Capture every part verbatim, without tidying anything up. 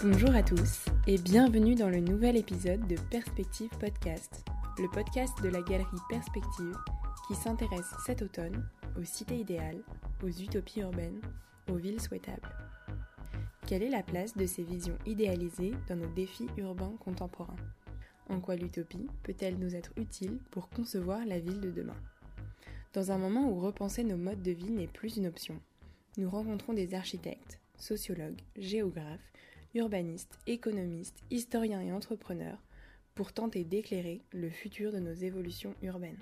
Bonjour à tous et bienvenue dans le nouvel épisode de Perspective Podcast, le podcast de la galerie Perspective qui s'intéresse cet automne aux cités idéales, aux utopies urbaines, aux villes souhaitables. Quelle est la place de ces visions idéalisées dans nos défis urbains contemporains ? En quoi l'utopie peut-elle nous être utile pour concevoir la ville de demain ? Dans un moment où repenser nos modes de vie n'est plus une option, nous rencontrons des architectes, sociologues, géographes, urbanistes, économistes, historiens et entrepreneurs pour tenter d'éclairer le futur de nos évolutions urbaines.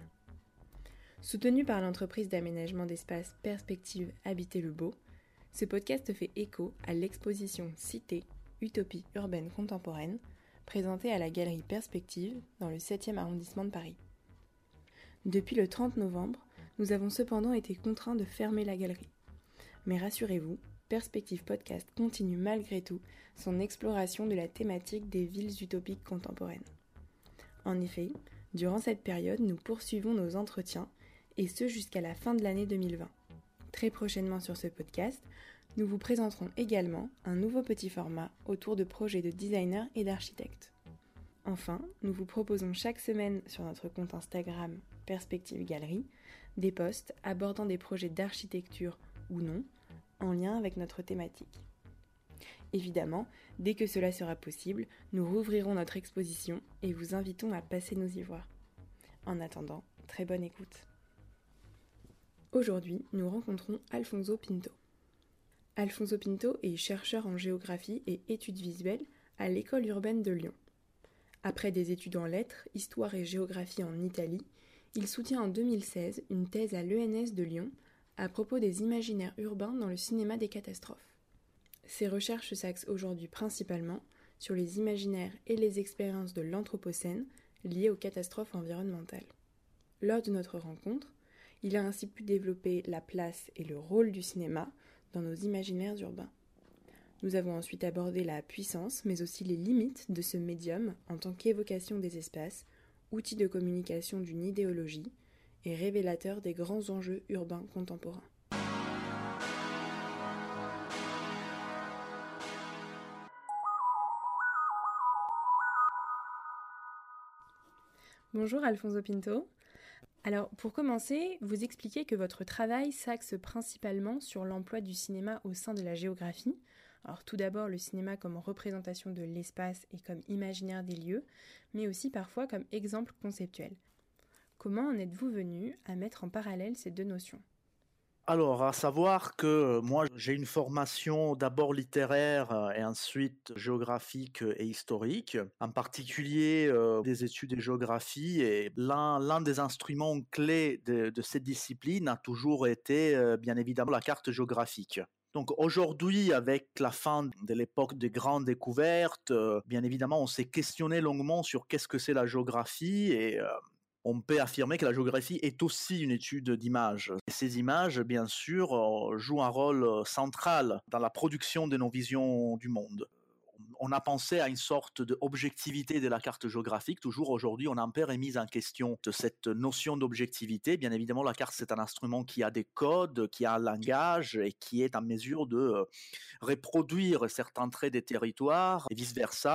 Soutenu par l'entreprise d'aménagement d'espace Perspective Habiter le Beau, ce podcast fait écho à l'exposition Cité, Utopie urbaine contemporaine, présentée à la galerie Perspective dans le septième arrondissement de Paris. Depuis le trente novembre, nous avons cependant été contraints de fermer la galerie. Mais rassurez-vous, Perspective Podcast continue malgré tout son exploration de la thématique des villes utopiques contemporaines. En effet, durant cette période, nous poursuivons nos entretiens, et ce jusqu'à la fin de l'année deux mille vingt. Très prochainement sur ce podcast, nous vous présenterons également un nouveau petit format autour de projets de designers et d'architectes. Enfin, nous vous proposons chaque semaine sur notre compte Instagram Perspective Galerie des posts abordant des projets d'architecture ou non, en lien avec notre thématique. Évidemment, dès que cela sera possible, nous rouvrirons notre exposition et vous invitons à passer nous y voir. En attendant, très bonne écoute. Aujourd'hui, nous rencontrons Alfonso Pinto. Alfonso Pinto est chercheur en géographie et études visuelles à l'École urbaine de Lyon. Après des études en lettres, histoire et géographie en Italie, il soutient en deux mille seize une thèse à l'E N S de Lyon à propos des imaginaires urbains dans le cinéma des catastrophes. Ses recherches s'axent aujourd'hui principalement sur les imaginaires et les expériences de l'Anthropocène liées aux catastrophes environnementales. Lors de notre rencontre, il a ainsi pu développer la place et le rôle du cinéma dans nos imaginaires urbains. Nous avons ensuite abordé la puissance, mais aussi les limites de ce médium en tant qu'évocation des espaces, outil de communication d'une idéologie et révélateur des grands enjeux urbains contemporains. Bonjour Alfonso Pinto. Alors pour commencer, vous expliquez que votre travail s'axe principalement sur l'emploi du cinéma au sein de la géographie. Alors tout d'abord le cinéma comme représentation de l'espace et comme imaginaire des lieux, mais aussi parfois comme exemple conceptuel. Comment en êtes-vous venu à mettre en parallèle ces deux notions ? Alors, à savoir que moi, j'ai une formation d'abord littéraire et ensuite géographique et historique, en particulier euh, des études de géographie. Et l'un, l'un des instruments clés de, de cette discipline a toujours été, euh, bien évidemment, la carte géographique. Donc aujourd'hui, avec la fin de l'époque des grandes découvertes, euh, bien évidemment, on s'est questionné longuement sur qu'est-ce que c'est la géographie et euh, on peut affirmer que la géographie est aussi une étude d'images. Et ces images, bien sûr, jouent un rôle central dans la production de nos visions du monde. On a pensé à une sorte d'objectivité de la carte géographique. Toujours aujourd'hui, on a un peu remis en question de cette notion d'objectivité. Bien évidemment, la carte, c'est un instrument qui a des codes, qui a un langage et qui est en mesure de reproduire certains traits des territoires et vice-versa,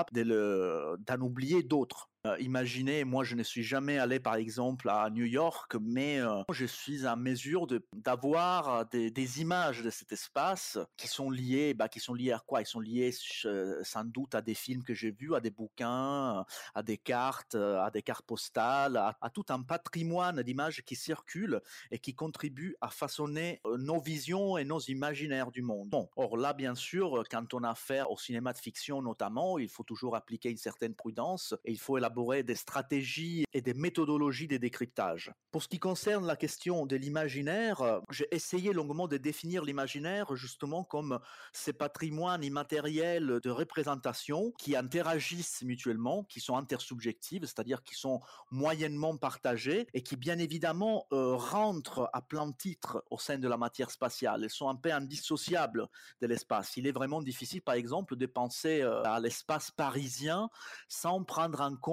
d'en oublier d'autres. Euh, imaginez, moi je ne suis jamais allé par exemple à New York, mais euh, je suis en mesure de, d'avoir des, des images de cet espace qui sont liées, bah, qui sont liées à quoi ? Ils sont liés euh, sans doute à des films que j'ai vus, à des bouquins, à des cartes, à des cartes postales, à, à tout un patrimoine d'images qui circulent et qui contribuent à façonner euh, nos visions et nos imaginaires du monde. Bon, or là bien sûr, quand on a affaire au cinéma de fiction notamment, il faut toujours appliquer une certaine prudence et il faut élaborer des stratégies et des méthodologies de décryptage. Pour ce qui concerne la question de l'imaginaire, j'ai essayé longuement de définir l'imaginaire justement comme ces patrimoines immatériels de représentation qui interagissent mutuellement, qui sont intersubjectives, c'est-à-dire qui sont moyennement partagés et qui bien évidemment euh, rentrent à plein titre au sein de la matière spatiale. Elles sont un peu indissociables de l'espace. Il est vraiment difficile par exemple de penser euh, à l'espace parisien sans prendre en compte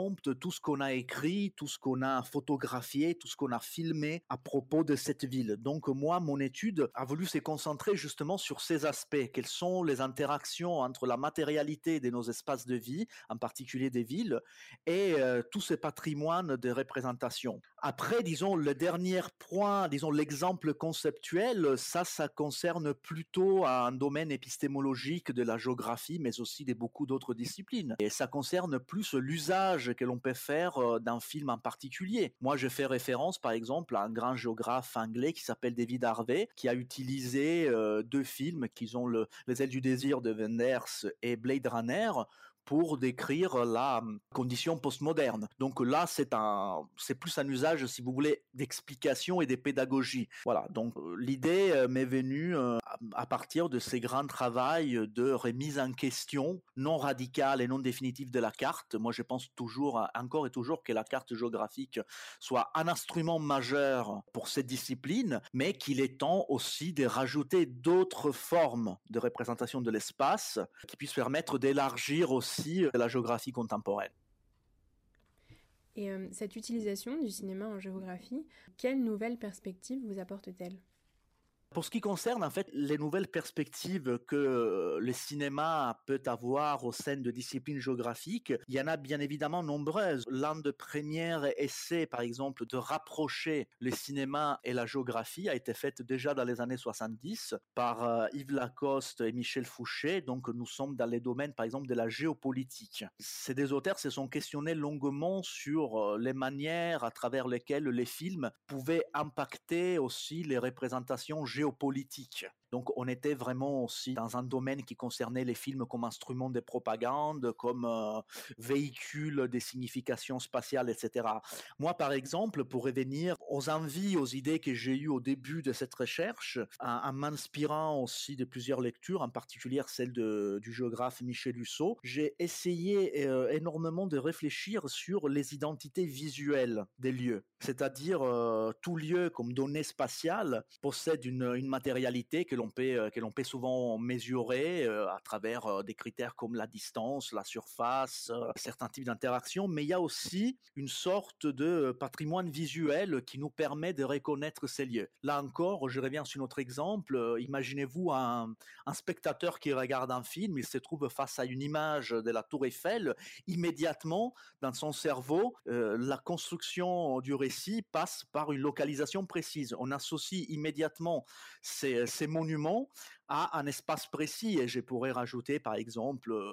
dompte tout ce qu'on a écrit, tout ce qu'on a photographié, tout ce qu'on a filmé à propos de cette ville. Donc moi, mon étude a voulu se concentrer justement sur ces aspects. Quelles sont les interactions entre la matérialité de nos espaces de vie, en particulier des villes, et euh, tout ce patrimoine de représentation. Après, disons, le dernier point, disons, l'exemple conceptuel, ça, ça concerne plutôt un domaine épistémologique de la géographie, mais aussi de beaucoup d'autres disciplines. Et ça concerne plus l'usage que l'on peut faire euh, d'un film en particulier. Moi, je fais référence, par exemple, à un grand géographe anglais qui s'appelle David Harvey, qui a utilisé euh, deux films qui ont le, Les ailes du désir de Wenders et Blade Runner pour décrire la condition postmoderne. Donc là, c'est un, c'est plus un usage, si vous voulez, d'explication et de pédagogie. Voilà. Donc l'idée euh, m'est venue euh, à partir de ces grands travaux de remise en question non radicale et non définitive de la carte. Moi, je pense toujours, encore et toujours, que la carte géographique soit un instrument majeur pour cette discipline, mais qu'il est temps aussi de rajouter d'autres formes de représentation de l'espace qui puissent permettre d'élargir aussi la géographie contemporaine. Et euh, cette utilisation du cinéma en géographie, quelle nouvelle perspective vous apporte-t-elle ? Pour ce qui concerne en fait les nouvelles perspectives que le cinéma peut avoir au sein de disciplines géographiques, il y en a bien évidemment nombreuses. L'un des premiers essais, par exemple, de rapprocher le cinéma et la géographie a été fait déjà dans les années soixante-dix par euh, Yves Lacoste et Michel Fouché. Donc nous sommes dans les domaines, par exemple, de la géopolitique. Ces deux auteurs se sont questionnés longuement sur les manières à travers lesquelles les films pouvaient impacter aussi les représentations géopolitiques. géopolitique. Donc on était vraiment aussi dans un domaine qui concernait les films comme instrument de propagande, comme euh, véhicule des significations spatiales, et cetera. Moi, par exemple, pour revenir aux envies, aux idées que j'ai eues au début de cette recherche, en, en m'inspirant aussi de plusieurs lectures, en particulier celle de, du géographe Michel Husseau, j'ai essayé euh, énormément de réfléchir sur les identités visuelles des lieux. C'est-à-dire euh, tout lieu comme donnée spatiale possède une, une matérialité que l'on peut, que l'on peut souvent mesurer euh, à travers euh, des critères comme la distance, la surface, euh, certains types d'interactions, mais il y a aussi une sorte de patrimoine visuel qui nous permet de reconnaître ces lieux. Là encore, je reviens sur notre exemple, euh, imaginez-vous un, un spectateur qui regarde un film, il se trouve face à une image de la Tour Eiffel, immédiatement, dans son cerveau, euh, la construction du récit passe par une localisation précise. On associe immédiatement ces, ces monuments à un espace précis, et je pourrais rajouter par exemple, euh,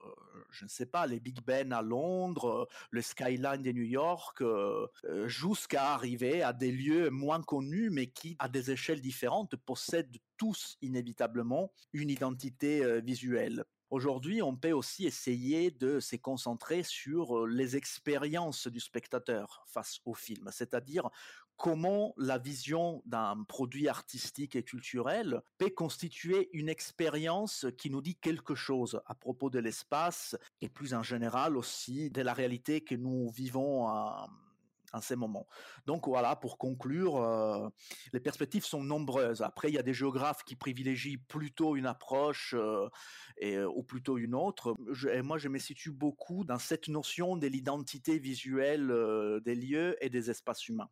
je ne sais pas, les Big Ben à Londres, le Skyline de New York, euh, jusqu'à arriver à des lieux moins connus, mais qui, à des échelles différentes, possèdent tous inévitablement une identité euh, visuelle. Aujourd'hui, on peut aussi essayer de se concentrer sur les expériences du spectateur face au film, c'est-à-dire comment la vision d'un produit artistique et culturel peut constituer une expérience qui nous dit quelque chose à propos de l'espace et plus en général aussi de la réalité que nous vivons à en ces moments. Donc voilà, pour conclure, euh, les perspectives sont nombreuses. Après, il y a des géographes qui privilégient plutôt une approche euh, et, ou plutôt une autre. Je, et moi, je me situe beaucoup dans cette notion de l'identité visuelle euh, des lieux et des espaces humains.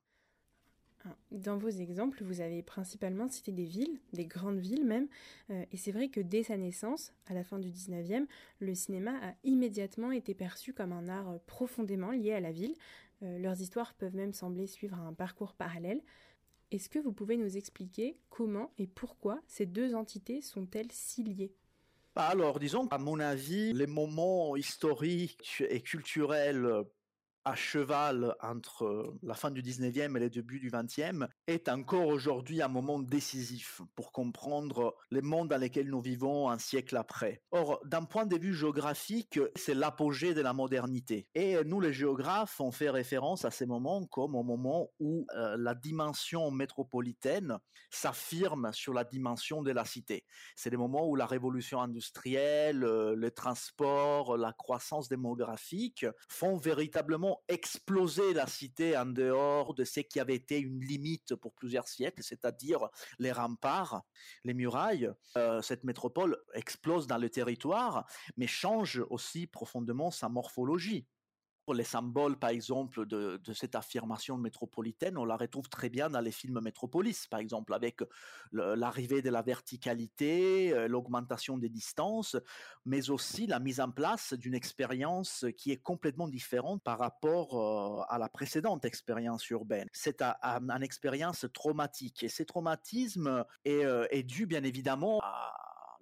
Dans vos exemples, vous avez principalement cité des villes, des grandes villes même, euh, et c'est vrai que dès sa naissance, à la fin du dix-neuvième, le cinéma a immédiatement été perçu comme un art profondément lié à la ville. Euh, leurs histoires peuvent même sembler suivre un parcours parallèle. Est-ce que vous pouvez nous expliquer comment et pourquoi ces deux entités sont-elles si liées ? Alors, disons, à mon avis, les moments historiques et culturels à cheval entre la fin du dix-neuvième et le début du vingtième est encore aujourd'hui un moment décisif pour comprendre les mondes dans lesquels nous vivons un siècle après. Or, d'un point de vue géographique, c'est l'apogée de la modernité. Et nous, les géographes, on fait référence à ces moments comme au moment où euh, la dimension métropolitaine s'affirme sur la dimension de la cité. C'est des moments où la révolution industrielle, euh, le transport, la croissance démographique font véritablement exploser la cité en dehors de ce qui avait été une limite pour plusieurs siècles, c'est-à-dire les remparts, les murailles. Euh, cette métropole explose dans le territoire, mais change aussi profondément sa morphologie. Les symboles, par exemple, de, de cette affirmation métropolitaine, on la retrouve très bien dans les films Métropolis, par exemple, avec le- l'arrivée de la verticalité, euh, l'augmentation des distances, mais aussi la mise en place d'une expérience qui est complètement différente par rapport euh, à la précédente expérience urbaine. C'est un- un- une expérience traumatique, et ces traumatismes est, euh, est dû bien évidemment à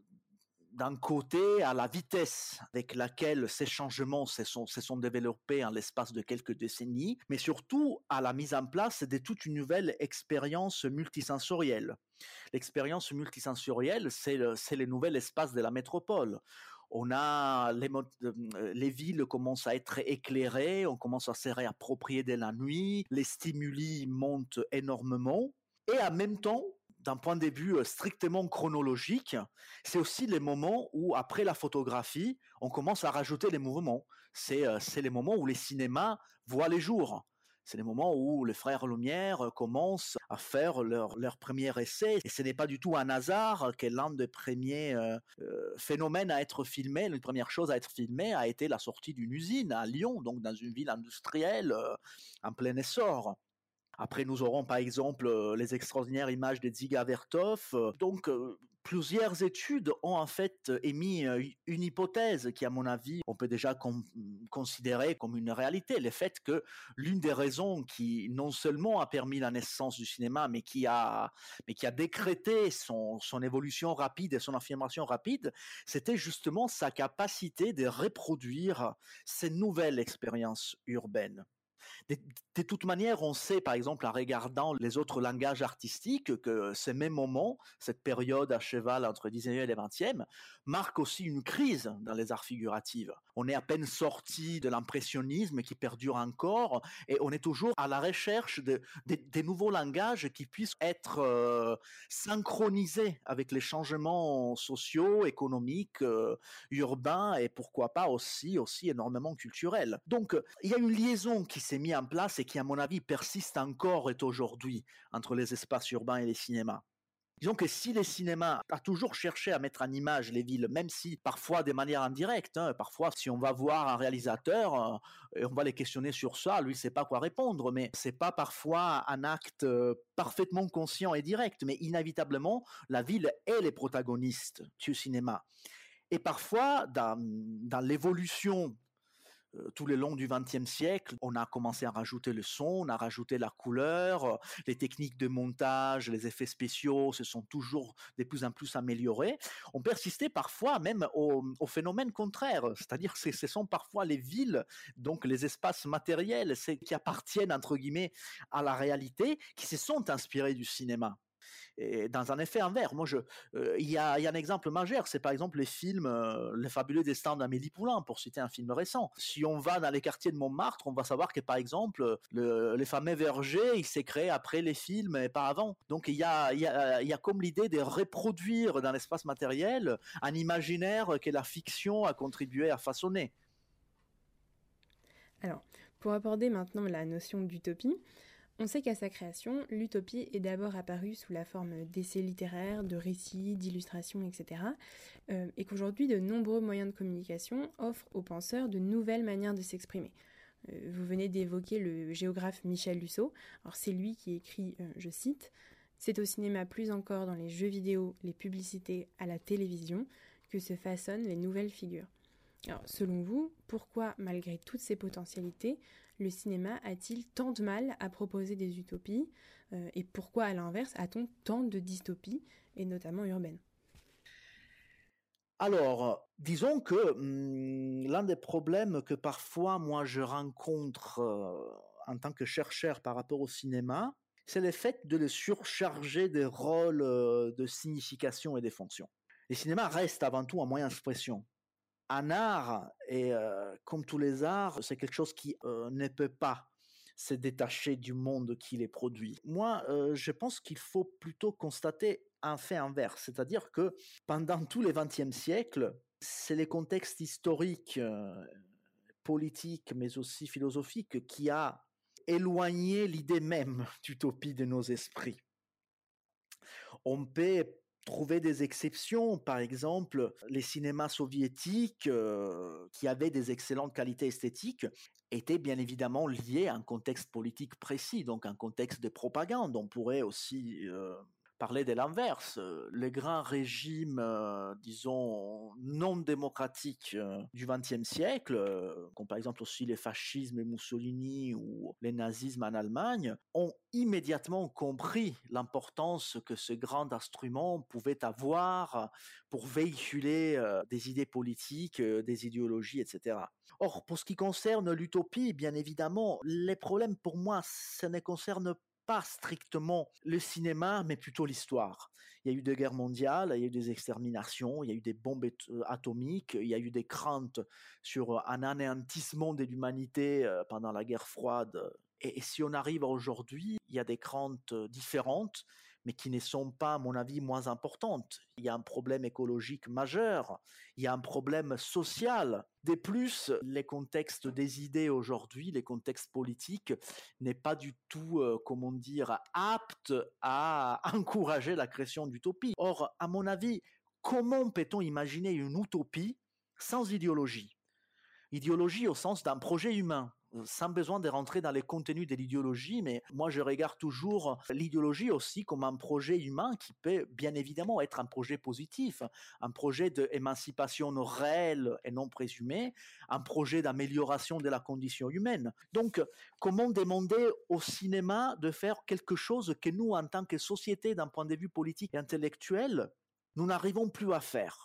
d'un côté, à la vitesse avec laquelle ces changements se sont, se sont développés en l'espace de quelques décennies, mais surtout à la mise en place de toute une nouvelle expérience multisensorielle. L'expérience multisensorielle, c'est le, c'est le nouvel espace de la métropole. On a les, les villes commencent à être éclairées, on commence à se réapproprier de la nuit, les stimuli montent énormément, et en même temps, d'un point de vue strictement chronologique, c'est aussi les moments où, après la photographie, on commence à rajouter les mouvements. C'est, euh, c'est les moments où les cinémas voient les jours. C'est les moments où les frères Lumière commencent à faire leur, leur premier essai. Et ce n'est pas du tout un hasard que l'un des premiers euh, euh, phénomènes à être filmé, l'une première chose à être filmée, a été la sortie d'une usine à Lyon, donc dans une ville industrielle euh, en plein essor. Après, nous aurons par exemple euh, les extraordinaires images de Dziga Vertov. Euh, donc, euh, plusieurs études ont en fait émis euh, une hypothèse qui, à mon avis, on peut déjà com- considérer comme une réalité. Le fait que l'une des raisons qui non seulement a permis la naissance du cinéma, mais qui a, mais qui a décrété son, son évolution rapide et son affirmation rapide, c'était justement sa capacité de reproduire ces nouvelles expériences urbaines. De, de toute manière, on sait, par exemple, en regardant les autres langages artistiques, que ces mêmes moments, cette période à cheval entre le dix-neuvième et le vingtième, marque aussi une crise dans les arts figuratifs. On est à peine sorti de l'impressionnisme qui perdure encore, et on est toujours à la recherche de, de, de nouveaux langages qui puissent être euh, synchronisés avec les changements sociaux, économiques, euh, urbains, et pourquoi pas aussi, aussi énormément culturels. Donc, il y a une liaison qui s'est mise en place et qui, à mon avis, persiste encore et aujourd'hui entre les espaces urbains et les cinémas. Disons que si les cinémas a toujours cherché à mettre en image les villes, même si parfois de manière indirecte, hein, parfois si on va voir un réalisateur euh, et on va les questionner sur ça, lui il sait pas quoi répondre, mais c'est pas parfois un acte euh, parfaitement conscient et direct, mais inévitablement la ville est les protagonistes du cinéma. Et parfois dans, dans l'évolution euh, tout le long du vingtième siècle, on a commencé à rajouter le son, on a rajouté la couleur, euh, les techniques de montage, les effets spéciaux se sont toujours de plus en plus améliorés. On persistait parfois même au, au phénomène contraire, c'est-à-dire que ce sont parfois les villes, donc les espaces matériels qui appartiennent entre guillemets à la réalité, qui se sont inspirés du cinéma. Et dans un effet inverse. Moi, je, euh, il y a, il y a un exemple majeur, c'est par exemple les films, euh, Les fabuleux destins d'Amélie Poulain, pour citer un film récent. Si on va dans les quartiers de Montmartre, on va savoir que par exemple, le, les fameux vergers, il s'est créé après les films et pas avant. Donc il y a, il y a, il y a comme l'idée de reproduire dans l'espace matériel un imaginaire que la fiction a contribué à façonner. Alors, pour aborder maintenant la notion d'utopie, on sait qu'à sa création, l'utopie est d'abord apparue sous la forme d'essais littéraires, de récits, d'illustrations, et cetera. Euh, et qu'aujourd'hui, de nombreux moyens de communication offrent aux penseurs de nouvelles manières de s'exprimer. Euh, vous venez d'évoquer le géographe Michel Lusso. Alors c'est lui qui écrit, euh, je cite, « C'est au cinéma plus encore dans les jeux vidéo, les publicités, à la télévision, que se façonnent les nouvelles figures. » Alors, selon vous, pourquoi, malgré toutes ces potentialités, le cinéma a-t-il tant de mal à proposer des utopies euh, et pourquoi, à l'inverse, a-t-on tant de dystopies, et notamment urbaines ? Alors, disons que hum, l'un des problèmes que parfois moi je rencontre euh, en tant que chercheur par rapport au cinéma, c'est le fait de le surcharger des rôles euh, de signification et des fonctions. Le cinéma reste avant tout un moyen d'expression. Un art, et euh, comme tous les arts, c'est quelque chose qui euh, ne peut pas se détacher du monde qui les produit. Moi, euh, je pense qu'il faut plutôt constater un fait inverse, c'est-à-dire que pendant tout le vingtième siècle, c'est les contextes historiques, euh, politiques, mais aussi philosophiques qui a éloigné l'idée même d'utopie de nos esprits. On peut trouver des exceptions. Par exemple, les cinémas soviétiques, euh, qui avaient des excellentes qualités esthétiques, étaient bien évidemment liés à un contexte politique précis, donc un contexte de propagande. On pourrait aussi euh, parler de l'inverse. Euh, Les grands régimes, euh, disons, non démocratiques euh, du vingtième siècle, euh, comme par exemple aussi les fascismes et Mussolini ou les nazismes en Allemagne, ont immédiatement compris l'importance que ce grand instrument pouvait avoir pour véhiculer euh, des idées politiques, euh, des idéologies, et cetera. Or, pour ce qui concerne l'utopie, bien évidemment, les problèmes pour moi, ça ne concerne pas strictement le cinéma, mais plutôt l'histoire. Il y a eu des guerres mondiales, il y a eu des exterminations, il y a eu des bombes atomiques, il y a eu des craintes sur un anéantissement de l'humanité euh, pendant la guerre froide. Et, et si on arrive à aujourd'hui, il y a des craintes différentes, mais qui ne sont pas, à mon avis, moins importantes. Il y a un problème écologique majeur, il y a un problème social. De plus, les contextes des idées aujourd'hui, les contextes politiques, n'est pas du tout, euh, comment dire, apte à encourager la création d'utopies. Or, à mon avis, comment peut-on imaginer une utopie sans idéologie? Idéologie au sens d'un projet humain, sans besoin de rentrer dans les contenus de l'idéologie, mais moi je regarde toujours l'idéologie aussi comme un projet humain qui peut bien évidemment être un projet positif, un projet d'émancipation réelle et non présumée, un projet d'amélioration de la condition humaine. Donc, comment demander au cinéma de faire quelque chose que nous, en tant que société, d'un point de vue politique et intellectuel, nous n'arrivons plus à faire?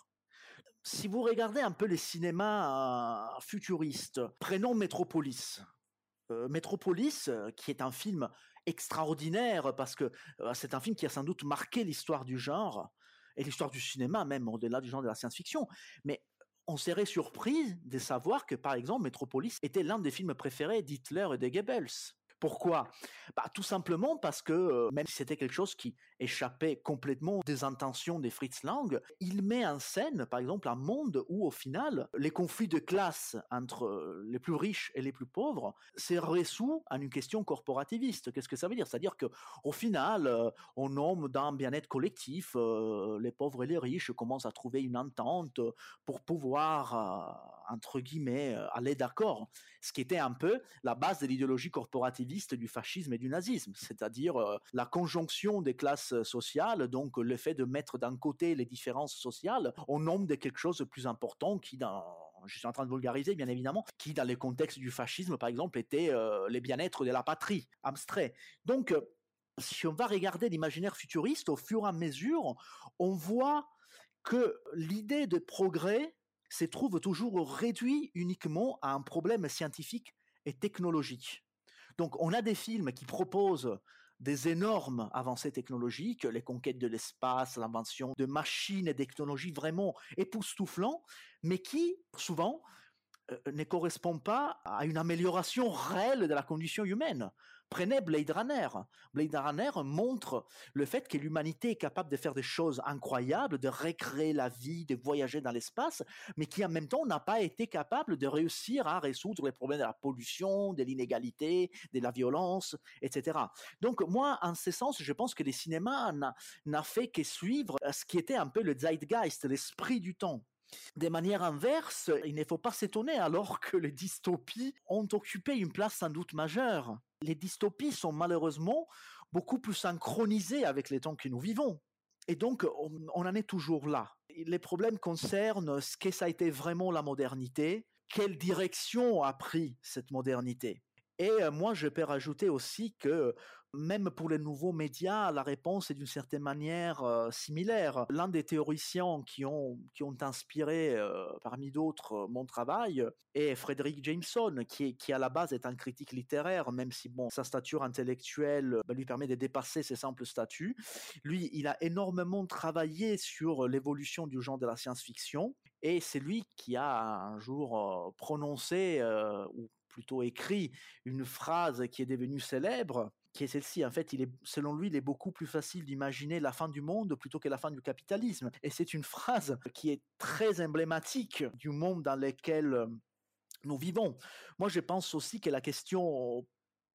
Si vous regardez un peu les cinémas euh, futuristes, prenons Metropolis. Euh, Metropolis, euh, qui est un film extraordinaire parce que euh, c'est un film qui a sans doute marqué l'histoire du genre et l'histoire du cinéma même au-delà du genre de la science-fiction. Mais on serait surpris de savoir que par exemple Metropolis était l'un des films préférés d'Hitler et de Goebbels. Pourquoi? Bah, tout simplement parce que euh, même si c'était quelque chose qui échappait complètement des intentions des Fritz Lang, il met en scène, par exemple, un monde où, au final, les conflits de classe entre euh, les plus riches et les plus pauvres s'est résout en une question corporativiste. Qu'est-ce que ça veut dire? C'est-à-dire qu'au final, euh, on nomme dans un bien-être collectif, euh, les pauvres et les riches commencent à trouver une entente pour pouvoir, euh, entre guillemets, euh, aller d'accord. Ce qui était un peu la base de l'idéologie corporativiste du fascisme et du nazisme, c'est-à-dire euh, la conjonction des classes sociales, donc le fait de mettre d'un côté les différences sociales au nom de quelque chose de plus important qui, dans, je suis en train de vulgariser bien évidemment, qui dans les contextes du fascisme par exemple était euh, les bien-être de la patrie, abstrait. Donc euh, si on va regarder l'imaginaire futuriste, au fur et à mesure, on voit que l'idée de progrès se trouve toujours réduite uniquement à un problème scientifique et technologique. Donc on a des films qui proposent des énormes avancées technologiques, les conquêtes de l'espace, l'invention de machines et de technologies vraiment époustouflantes, mais qui, souvent, euh, ne correspond pas à une amélioration réelle de la condition humaine. Prenez Blade Runner. Blade Runner montre le fait que l'humanité est capable de faire des choses incroyables, de recréer la vie, de voyager dans l'espace, mais qui en même temps n'a pas été capable de réussir à résoudre les problèmes de la pollution, de l'inégalité, de la violence, et cetera. Donc moi, en ce sens, je pense que le cinéma n'a, n'a fait que suivre ce qui était un peu le zeitgeist, l'esprit du temps. De manière inverse, il ne faut pas s'étonner alors que les dystopies ont occupé une place sans doute majeure. Les dystopies sont malheureusement beaucoup plus synchronisées avec les temps que nous vivons. Et donc, on, on en est toujours là. Les problèmes concernent ce que ça a été vraiment la modernité, quelle direction a pris cette modernité. Et moi, je peux rajouter aussi que même pour les nouveaux médias, la réponse est d'une certaine manière euh, similaire. L'un des théoriciens qui ont, qui ont inspiré, euh, parmi d'autres, mon travail est Frederick Jameson, qui, est, qui à la base est un critique littéraire, même si bon, sa stature intellectuelle bah, lui permet de dépasser ses simples statuts. Lui, il a énormément travaillé sur l'évolution du genre de la science-fiction, et c'est lui qui a un jour euh, prononcé, euh, ou plutôt écrit, une phrase qui est devenue célèbre, qui est celle-ci. En fait, il est, selon lui, il est beaucoup plus facile d'imaginer la fin du monde plutôt que la fin du capitalisme. Et c'est une phrase qui est très emblématique du monde dans lequel nous vivons. Moi, je pense aussi que la question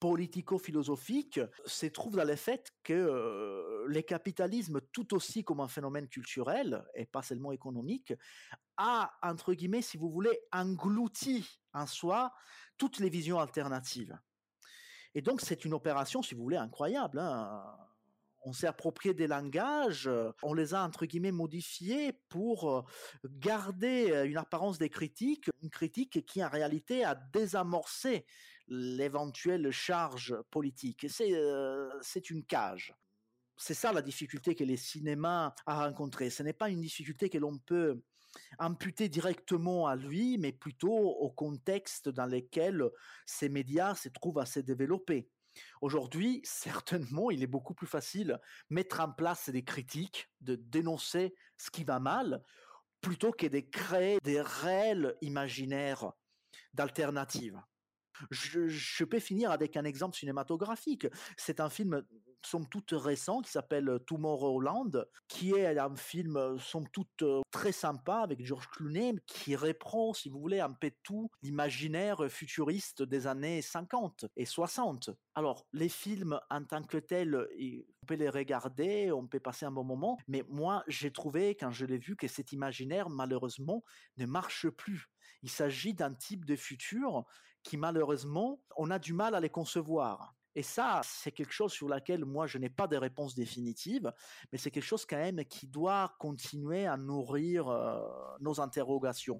politico-philosophique se trouve dans le fait que euh, le capitalisme, tout aussi comme un phénomène culturel, et pas seulement économique, a, entre guillemets, si vous voulez, englouti en soi toutes les visions alternatives. Et donc, c'est une opération, si vous voulez, incroyable, hein. On s'est approprié des langages, on les a, entre guillemets, modifiés pour garder une apparence des critiques, une critique qui, en réalité, a désamorcé l'éventuelle charge politique. C'est, euh, c'est une cage. C'est ça la difficulté que les cinémas a rencontrée. Ce n'est pas une difficulté que l'on peut imputer directement à lui, mais plutôt au contexte dans lequel ces médias se trouvent à se développer. Aujourd'hui, certainement, il est beaucoup plus facile de mettre en place des critiques, de dénoncer ce qui va mal, plutôt que de créer des réels imaginaires d'alternatives. Je, je peux finir avec un exemple cinématographique. C'est un film, somme toute, récent qui s'appelle Tomorrowland, qui est un film, somme toute, très sympa avec George Clooney, qui reprend, si vous voulez, un peu tout l'imaginaire futuriste des années cinquante et soixante. Alors, les films en tant que tels, on peut les regarder, on peut passer un bon moment, mais moi, j'ai trouvé, quand je l'ai vu, que cet imaginaire, malheureusement, ne marche plus. Il s'agit d'un type de futur qui, malheureusement, on a du mal à les concevoir. Et ça, c'est quelque chose sur laquelle moi, je n'ai pas de réponse définitive, mais c'est quelque chose quand même qui doit continuer à nourrir euh, nos interrogations.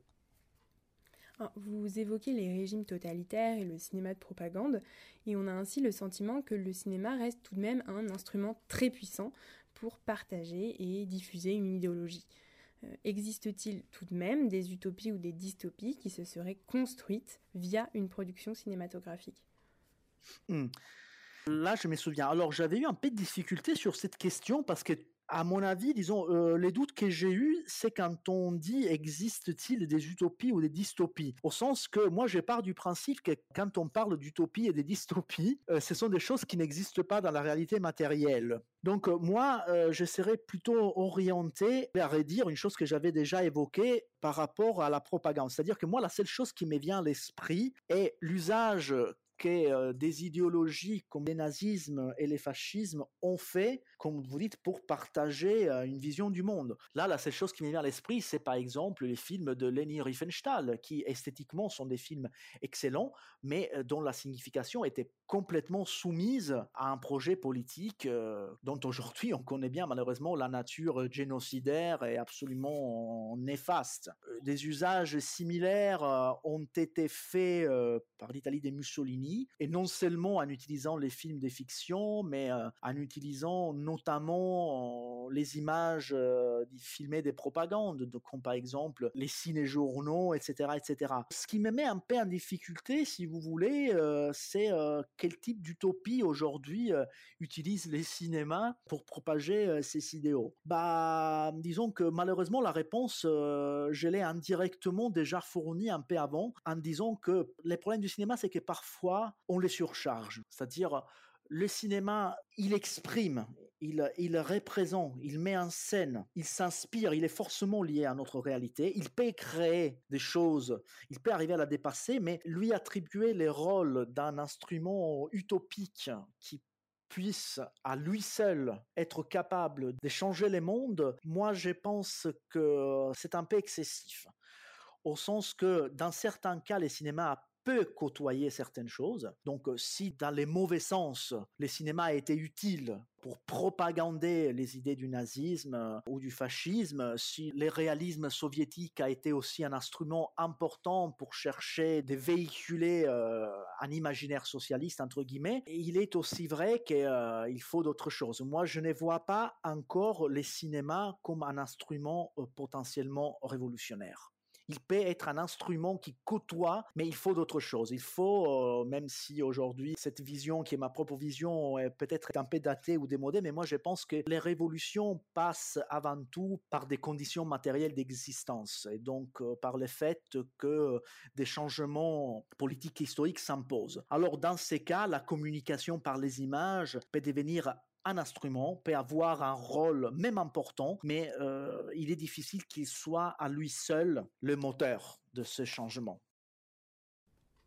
Vous évoquez les régimes totalitaires et le cinéma de propagande, et on a ainsi le sentiment que le cinéma reste tout de même un instrument très puissant pour partager et diffuser une idéologie. Euh, existe-t-il tout de même des utopies ou des dystopies qui se seraient construites via une production cinématographique ? Mmh. Là, je me souviens. Alors, j'avais eu un peu de difficulté sur cette question parce que, à mon avis, disons, euh, les doutes que j'ai eus, c'est quand on dit existe-t-il des utopies ou des dystopies ? Au sens que moi, je pars du principe que quand on parle d'utopie et de dystopie, euh, ce sont des choses qui n'existent pas dans la réalité matérielle. Donc, euh, moi, euh, je serais plutôt orienté à redire une chose que j'avais déjà évoquée par rapport à la propagande. C'est-à-dire que moi, la seule chose qui me vient à l'esprit est l'usage que euh, des idéologies comme le nazisme et le fascisme ont fait, comme vous dites, pour partager euh, une vision du monde. Là, la seule chose qui me vient à l'esprit, c'est par exemple les films de Leni Riefenstahl, qui esthétiquement sont des films excellents, mais euh, dont la signification était complètement soumise à un projet politique euh, dont aujourd'hui on connaît bien malheureusement la nature génocidaire et absolument néfaste. Des usages similaires euh, ont été faits euh, par l'Italie de Mussolini, et non seulement en utilisant les films de fiction, mais euh, en utilisant notamment euh, les images euh, filmées des propagandes, de, comme par exemple les ciné-journaux, et cetera, et cetera. Ce qui me met un peu en difficulté, si vous voulez, euh, c'est euh, quel type d'utopie aujourd'hui euh, utilisent les cinémas pour propager euh, ces idéaux. Bah, disons que malheureusement la réponse, euh, je l'ai indirectement déjà fournie un peu avant, en disant que les problèmes du cinéma, c'est que parfois on les surcharge. C'est-à-dire, le cinéma, il exprime, il, il représente, il met en scène, il s'inspire, il est forcément lié à notre réalité, il peut créer des choses, il peut arriver à la dépasser, mais lui attribuer les rôles d'un instrument utopique qui puisse à lui seul être capable de changer les mondes, moi je pense que c'est un peu excessif. Au sens que dans certains cas, les cinémas peut côtoyer certaines choses. Donc, si dans les mauvais sens, le cinéma a été utile pour propagander les idées du nazisme ou du fascisme, si le réalisme soviétique a été aussi un instrument important pour chercher de véhiculer euh, un imaginaire socialiste, entre guillemets, il est aussi vrai qu'il euh, faut d'autres choses. Moi, je ne vois pas encore les cinémas comme un instrument euh, potentiellement révolutionnaire. Il peut être un instrument qui côtoie, mais il faut d'autres choses. Il faut, euh, même si aujourd'hui, cette vision qui est ma propre vision est peut-être un peu datée ou démodée, mais moi je pense que les révolutions passent avant tout par des conditions matérielles d'existence, et donc euh, par le fait que des changements politiques et historiques s'imposent. Alors dans ces cas, la communication par les images peut devenir un instrument, peut avoir un rôle même important, mais euh, il est difficile qu'il soit à lui seul le moteur de ce changement.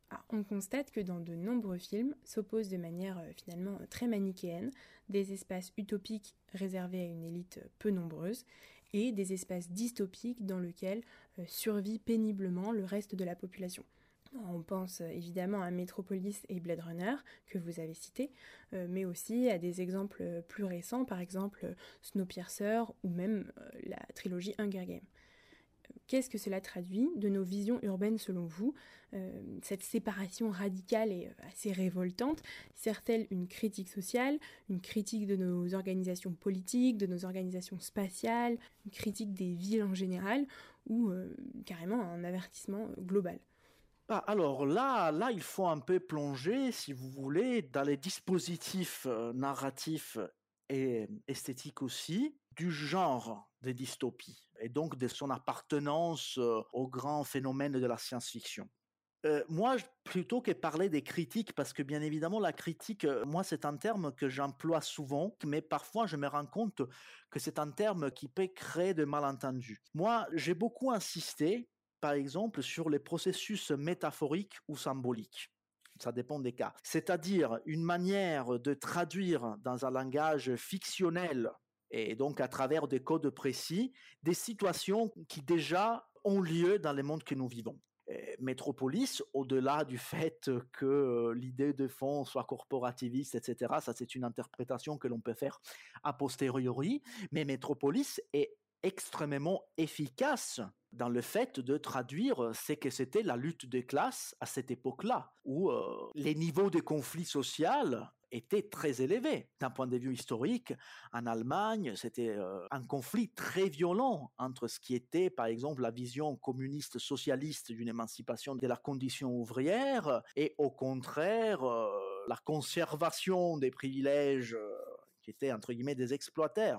Alors, on constate que dans de nombreux films s'opposent de manière euh, finalement très manichéenne des espaces utopiques réservés à une élite peu nombreuse et des espaces dystopiques dans lesquels euh, survit péniblement le reste de la population. On pense euh, évidemment à Metropolis et Blade Runner, que vous avez cités, euh, mais aussi à des exemples plus récents, par exemple Snowpiercer ou même euh, la trilogie Hunger Games. Qu'est-ce que cela traduit de nos visions urbaines selon vous ? euh, Cette séparation radicale et assez révoltante sert-elle une critique sociale, une critique de nos organisations politiques, de nos organisations spatiales, une critique des villes en général, ou euh, carrément un avertissement global ? Ah, alors là, là, il faut un peu plonger, si vous voulez, dans les dispositifs euh, narratifs et esthétiques aussi, du genre des dystopies, et donc de son appartenance euh, au grand phénomène de la science-fiction. Euh, moi, plutôt que parler des critiques, parce que bien évidemment, la critique, euh, moi, c'est un terme que j'emploie souvent, mais parfois, je me rends compte que c'est un terme qui peut créer de malentendus. Moi, j'ai beaucoup insisté, par exemple, sur les processus métaphoriques ou symboliques. Ça dépend des cas. C'est-à-dire une manière de traduire dans un langage fictionnel et donc à travers des codes précis, des situations qui déjà ont lieu dans le monde que nous vivons. Metropolis, au-delà du fait que euh, l'idée de fond soit corporativiste, et cetera, ça c'est une interprétation que l'on peut faire a posteriori, mais Metropolis est extrêmement efficace dans le fait de traduire ce que c'était la lutte des classes à cette époque-là, où euh, les niveaux de conflit social étaient très élevés. D'un point de vue historique, en Allemagne, c'était euh, un conflit très violent entre ce qui était, par exemple, la vision communiste socialiste d'une émancipation de la condition ouvrière et, au contraire, euh, la conservation des privilèges euh, qui étaient, entre guillemets, des exploiteurs.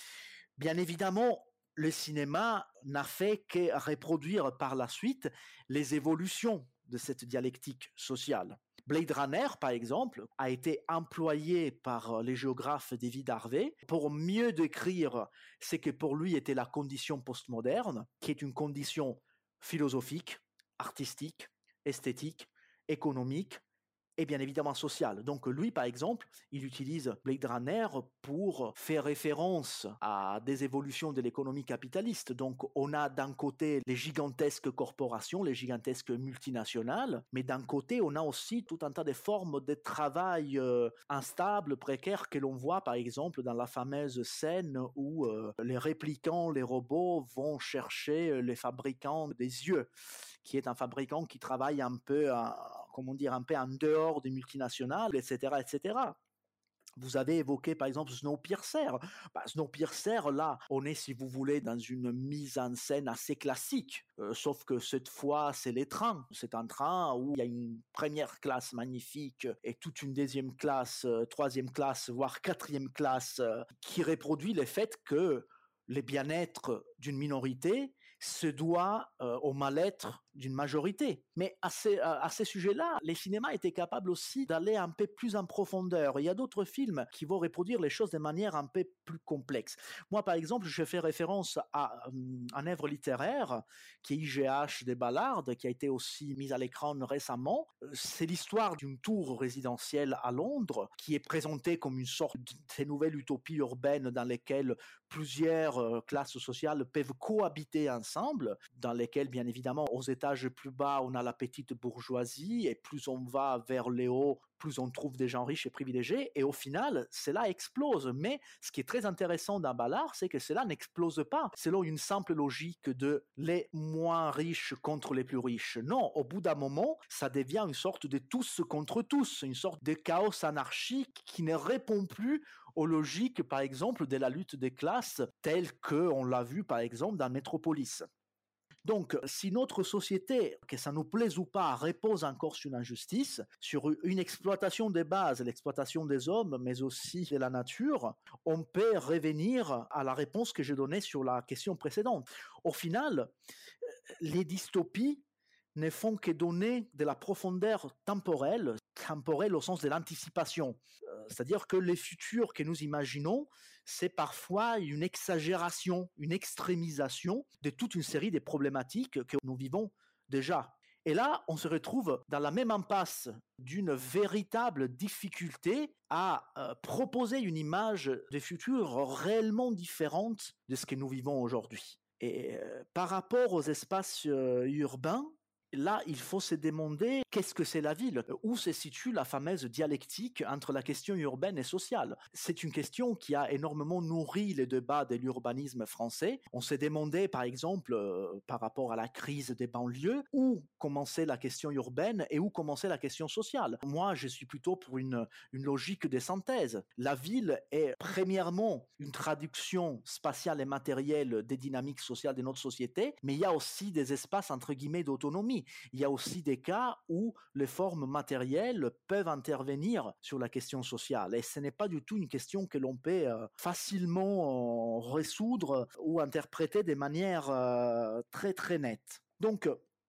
Bien évidemment, le cinéma n'a fait que reproduire par la suite les évolutions de cette dialectique sociale. Blade Runner, par exemple, a été employé par les géographes David Harvey pour mieux décrire ce que pour lui était la condition postmoderne, qui est une condition philosophique, artistique, esthétique, économique, et bien évidemment social. Donc lui, par exemple, il utilise Blade Runner pour faire référence à des évolutions de l'économie capitaliste. Donc on a d'un côté les gigantesques corporations, les gigantesques multinationales, mais d'un côté on a aussi tout un tas de formes de travail euh, instables, précaires, que l'on voit par exemple dans la fameuse scène où euh, les réplicants, les robots vont chercher les fabricants des yeux, qui est un fabricant qui travaille un peu, à, comment dire, un peu en dehors des multinationales, et cetera, et cetera. Vous avez évoqué par exemple Snowpiercer. Bah, Snowpiercer, là, on est, si vous voulez, dans une mise en scène assez classique, euh, sauf que cette fois, c'est les trains. C'est un train où il y a une première classe magnifique et toute une deuxième classe, euh, troisième classe, voire quatrième classe, euh, qui reproduit le fait que le bien-être d'une minorité se doit euh, au mal-être d'une majorité. Mais à ces, à ces sujets-là, les cinémas étaient capables aussi d'aller un peu plus en profondeur. Il y a d'autres films qui vont reproduire les choses de manière un peu plus complexe. Moi, par exemple, je fais référence à um, une œuvre littéraire qui est I G H des Ballards, qui a été aussi mise à l'écran récemment. C'est l'histoire d'une tour résidentielle à Londres qui est présentée comme une sorte de nouvelle utopie urbaine dans laquelle plusieurs euh, classes sociales peuvent cohabiter ensemble, dans lesquelles, bien évidemment, aux étages plus bas, on a la petite bourgeoisie, et plus on va vers les hauts, plus on trouve des gens riches et privilégiés, et au final, cela explose. Mais ce qui est très intéressant dans Ballard, c'est que cela n'explose pas selon une simple logique de les moins riches contre les plus riches. Non, au bout d'un moment, ça devient une sorte de tous contre tous, une sorte de chaos anarchique qui ne répond plus aux logiques, par exemple, de la lutte des classes, telle qu'on l'a vu, par exemple, dans Metropolis. Donc, si notre société, que ça nous plaise ou pas, repose encore sur une injustice, sur une exploitation des bases, l'exploitation des hommes, mais aussi de la nature, on peut revenir à la réponse que j'ai donnée sur la question précédente. Au final, les dystopies ne font que donner de la profondeur temporelle, temporelle au sens de l'anticipation. Euh, c'est-à-dire que les futurs que nous imaginons, c'est parfois une exagération, une extrémisation de toute une série de problématiques que nous vivons déjà. Et là, on se retrouve dans la même impasse d'une véritable difficulté à euh, proposer une image de futur réellement différente de ce que nous vivons aujourd'hui. Et euh, par rapport aux espaces euh, urbains, là, il faut se demander qu'est-ce que c'est la ville, où se situe la fameuse dialectique entre la question urbaine et sociale. C'est une question qui a énormément nourri les débats de l'urbanisme français. On s'est demandé, par exemple, euh, par rapport à la crise des banlieues, où commençait la question urbaine et où commençait la question sociale. Moi, je suis plutôt pour une, une logique de synthèse. La ville est premièrement une traduction spatiale et matérielle des dynamiques sociales de notre société, mais il y a aussi des espaces, entre guillemets, d'autonomie. Il y a aussi des cas où les formes matérielles peuvent intervenir sur la question sociale. Et ce n'est pas du tout une question que l'on peut euh, facilement euh, résoudre ou interpréter de manière euh, très très nette. Donc,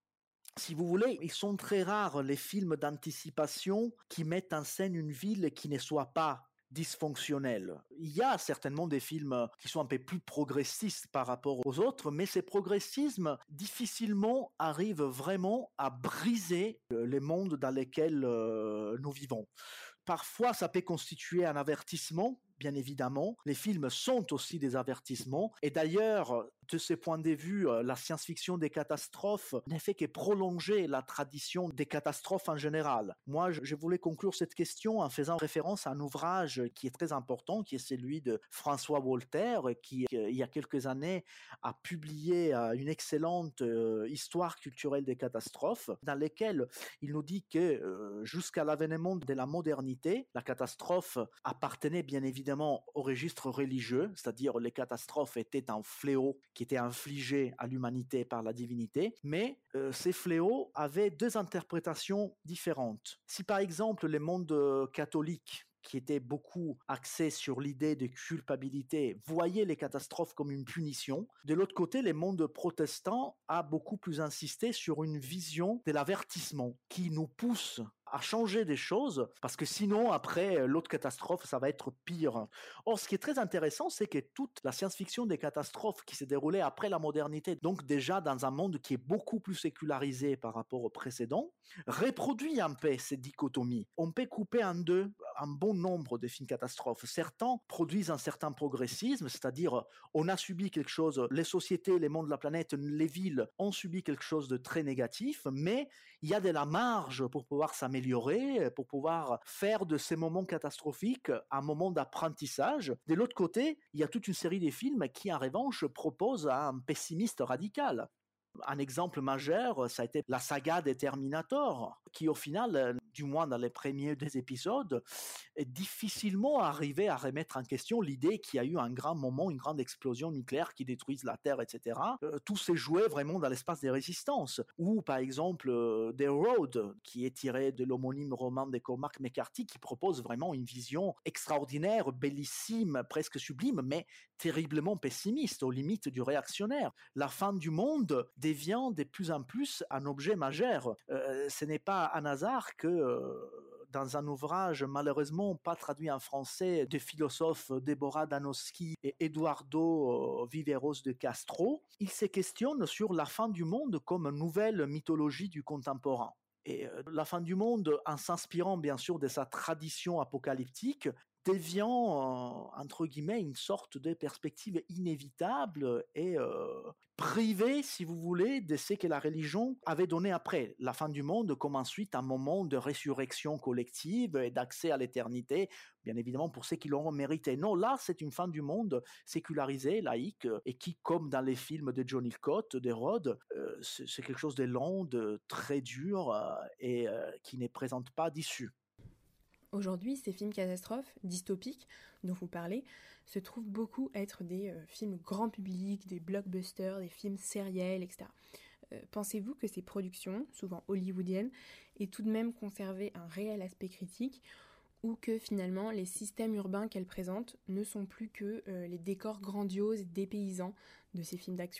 si vous voulez, ils sont très rares les films d'anticipation qui mettent en scène une ville qui ne soit pas dysfonctionnelle. Il y a certainement des films qui sont un peu plus progressistes par rapport aux autres, mais ces progressismes difficilement arrivent vraiment à briser les mondes dans lesquels euh, nous vivons. Parfois, ça peut constituer un avertissement, bien évidemment. Les films sont aussi des avertissements. Et d'ailleurs, de ce point de vue, la science-fiction des catastrophes n'a fait que prolonger la tradition des catastrophes en général. Moi, je voulais conclure cette question en faisant référence à un ouvrage qui est très important, qui est celui de François Wolter, qui, il y a quelques années, a publié une excellente histoire culturelle des catastrophes, dans laquelle il nous dit que jusqu'à l'avènement de la modernité, la catastrophe appartenait bien évidemment au registre religieux, c'est-à-dire les catastrophes étaient un fléau qui était infligé à l'humanité par la divinité, mais euh, ces fléaux avaient deux interprétations différentes. Si par exemple les mondes catholiques, qui était beaucoup axé sur l'idée de culpabilité, voyaient les catastrophes comme une punition. De l'autre côté, les mondes protestants a beaucoup plus insisté sur une vision de l'avertissement qui nous pousse à changer des choses, parce que sinon, après, l'autre catastrophe, ça va être pire. Or, ce qui est très intéressant, c'est que toute la science-fiction des catastrophes qui s'est déroulée après la modernité, donc déjà dans un monde qui est beaucoup plus sécularisé par rapport au précédent, reproduit un peu cette dichotomie. On peut couper en deux un bon nombre de films catastrophes. Certains produisent un certain progressisme, c'est-à-dire on a subi quelque chose, les sociétés, les mondes de la planète, les villes ont subi quelque chose de très négatif, mais il y a de la marge pour pouvoir s'améliorer, pour pouvoir faire de ces moments catastrophiques un moment d'apprentissage. De l'autre côté, il y a toute une série de films qui, en revanche, proposent un pessimiste radical. Un exemple majeur, ça a été la saga des Terminator, qui au final, du moins dans les premiers deux épisodes, est difficilement arrivé à remettre en question l'idée qu'il y a eu un grand moment, une grande explosion nucléaire qui détruise la Terre, et cetera. Euh, tout s'est joué vraiment dans l'espace des résistances. Ou par exemple euh, The Road, qui est tiré de l'homonyme roman de Cormac McCarthy, qui propose vraiment une vision extraordinaire, bellissime, presque sublime, mais terriblement pessimiste, aux limites du réactionnaire. La fin du monde devient de plus en plus un objet majeur. Euh, ce n'est pas un hasard que euh, dans un ouvrage malheureusement pas traduit en français de philosophes Deborah Danowski et Eduardo Viveros de Castro, il se questionne sur la fin du monde comme nouvelle mythologie du contemporain. Et euh, la fin du monde, en s'inspirant bien sûr de sa tradition apocalyptique, devient, euh, entre guillemets, une sorte de perspective inévitable et euh, privée, si vous voulez, de ce que la religion avait donné après. La fin du monde comme ensuite un moment de résurrection collective et d'accès à l'éternité, bien évidemment pour ceux qui l'auront mérité. Non, là, c'est une fin du monde sécularisée, laïque, et qui, comme dans les films de John Hillcoat, de Rod, euh, c'est, c'est quelque chose de lent, de très dur euh, et euh, qui ne présente pas d'issue. Aujourd'hui, ces films catastrophes, dystopiques, dont vous parlez, se trouvent beaucoup être des euh, films grand public, des blockbusters, des films sériels, et cetera. Euh, pensez-vous que ces productions, souvent hollywoodiennes, aient tout de même conservé un réel aspect critique, ou que finalement les systèmes urbains qu'elles présentent ne sont plus que euh, les décors grandioses et dépaysants de ces films d'action ?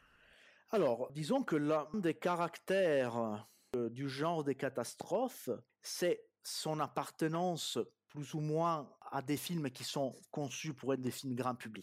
Alors, disons que l'un des caractères euh, du genre des catastrophes, c'est son appartenance plus ou moins à des films qui sont conçus pour être des films grand public.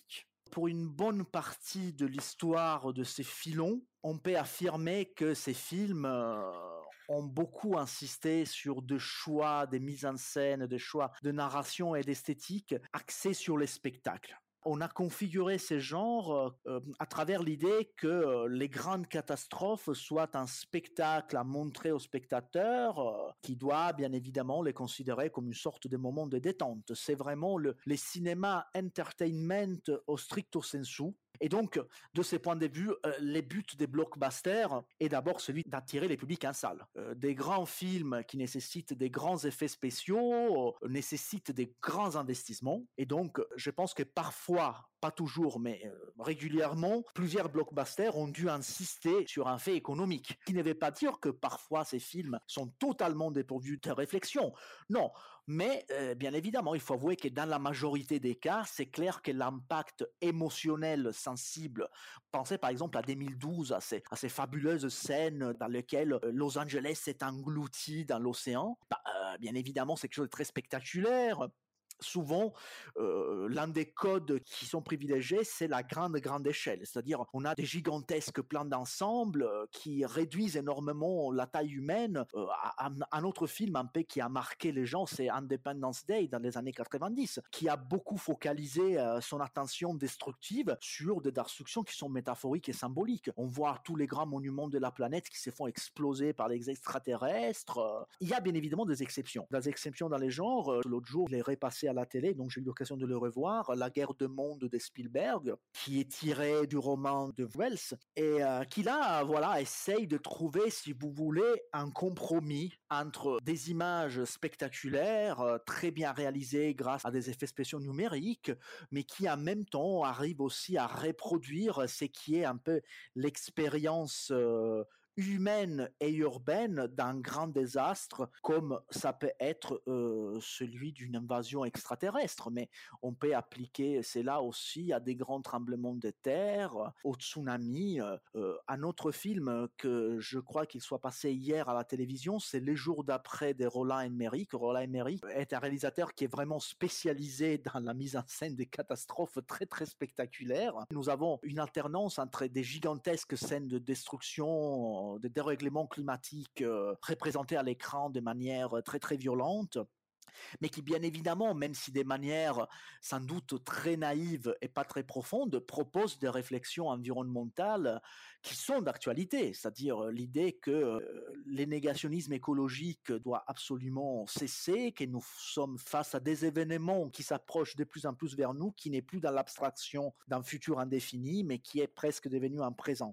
Pour une bonne partie de l'histoire de ces filons, on peut affirmer que ces films euh, ont beaucoup insisté sur des choix, des mises en scène, des choix de narration et d'esthétique axés sur les spectacles. On a configuré ces genres euh, à travers l'idée que euh, les grandes catastrophes soient un spectacle à montrer aux spectateurs euh, qui doit bien évidemment les considérer comme une sorte de moment de détente. C'est vraiment le, les cinémas entertainment au stricto sensu. Et donc, de ces points de vue, euh, les buts des blockbusters est d'abord celui d'attirer les publics en salle. Euh, des grands films qui nécessitent des grands effets spéciaux, euh, nécessitent des grands investissements. Et donc, je pense que parfois, pas toujours, mais euh, régulièrement, plusieurs blockbusters ont dû insister sur un fait économique, qui ne veut pas dire que parfois ces films sont totalement dépourvus de réflexion. Non, mais euh, bien évidemment, il faut avouer que dans la majorité des cas, c'est clair que l'impact émotionnel sensible, pensez par exemple à deux mille douze, à ces, à ces fabuleuses scènes dans lesquelles euh, Los Angeles est englouti dans l'océan, bah, euh, bien évidemment, c'est quelque chose de très spectaculaire. Souvent, euh, l'un des codes qui sont privilégiés, c'est la grande, grande échelle. C'est-à-dire, on a des gigantesques plans d'ensemble euh, qui réduisent énormément la taille humaine. Euh, un, un autre film un peu qui a marqué les gens, c'est Independence Day dans les années quatre-vingt-dix, qui a beaucoup focalisé euh, son attention destructive sur des destructions qui sont métaphoriques et symboliques. On voit tous les grands monuments de la planète qui se font exploser par les extraterrestres. Il y a bien évidemment des exceptions. Des exceptions dans les genres. L'autre jour, je l'ai repassé à la télé, donc j'ai eu l'occasion de le revoir, La guerre de monde de Spielberg, qui est tiré du roman de Wells, et euh, qui là, voilà, essaye de trouver, si vous voulez, un compromis entre des images spectaculaires, euh, très bien réalisées grâce à des effets spéciaux numériques, mais qui en même temps arrivent aussi à reproduire ce qui est un peu l'expérience euh, humaine et urbaine d'un grand désastre comme ça peut être euh, celui d'une invasion extraterrestre. Mais on peut appliquer cela aussi à des grands tremblements de terre, au tsunami. Euh, un autre film que je crois qu'il soit passé hier à la télévision, c'est Les jours d'après de Roland Emmerich. Roland Emmerich est un réalisateur qui est vraiment spécialisé dans la mise en scène des catastrophes très très spectaculaires. Nous avons une alternance entre des gigantesques scènes de destruction, de dérèglement climatique euh, représentés à l'écran de manière très très violente, mais qui bien évidemment, même si de manière sans doute très naïve et pas très profonde, proposent des réflexions environnementales qui sont d'actualité, c'est-à-dire l'idée que euh, le négationnisme écologique doit absolument cesser, que nous sommes face à des événements qui s'approchent de plus en plus vers nous, qui n'est plus dans l'abstraction d'un futur indéfini, mais qui est presque devenu un présent.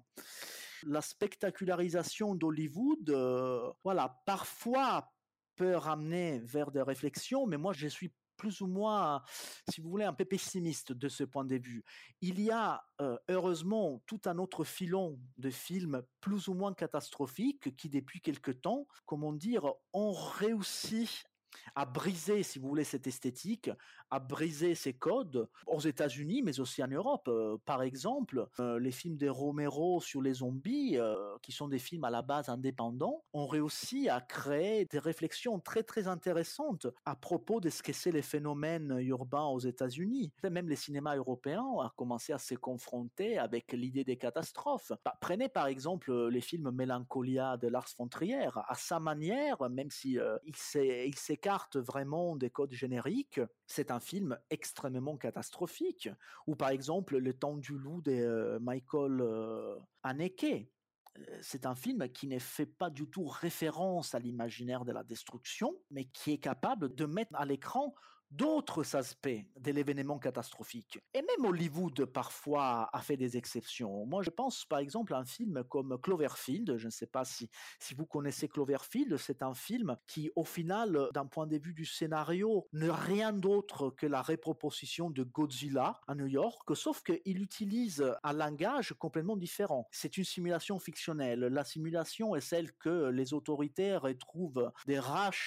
La spectacularisation d'Hollywood, euh, voilà, parfois peut ramener vers des réflexions, mais moi je suis plus ou moins, si vous voulez, un peu pessimiste de ce point de vue. Il y a euh, heureusement tout un autre filon de films plus ou moins catastrophiques qui depuis quelque temps, comment dire, ont réussi à briser, si vous voulez, cette esthétique, à briser ces codes aux États-Unis, mais aussi en Europe. Euh, par exemple, euh, les films de Romero sur les zombies, euh, qui sont des films à la base indépendants, ont réussi à créer des réflexions très très intéressantes à propos de ce que c'est les phénomènes urbains aux États-Unis. Même les cinémas européens ont commencé à se confronter avec l'idée des catastrophes. Bah, prenez par exemple les films Mélancolia de Lars von Trier. À sa manière, même si euh, il s'est il s'est carte vraiment des codes génériques, c'est un film extrêmement catastrophique. Ou par exemple Le Temps du loup de euh, Michael euh, Haneke. C'est un film qui ne fait pas du tout référence à l'imaginaire de la destruction, mais qui est capable de mettre à l'écran d'autres aspects de l'événement catastrophique. Et même Hollywood, parfois, a fait des exceptions. Moi, je pense, par exemple, à un film comme Cloverfield. Je ne sais pas si, si vous connaissez Cloverfield. C'est un film qui, au final, d'un point de vue du scénario, n'est rien d'autre que la reproposition de Godzilla à New York, sauf qu'il utilise un langage complètement différent. C'est une simulation fictionnelle. La simulation est celle que les autoritaires retrouvent des râches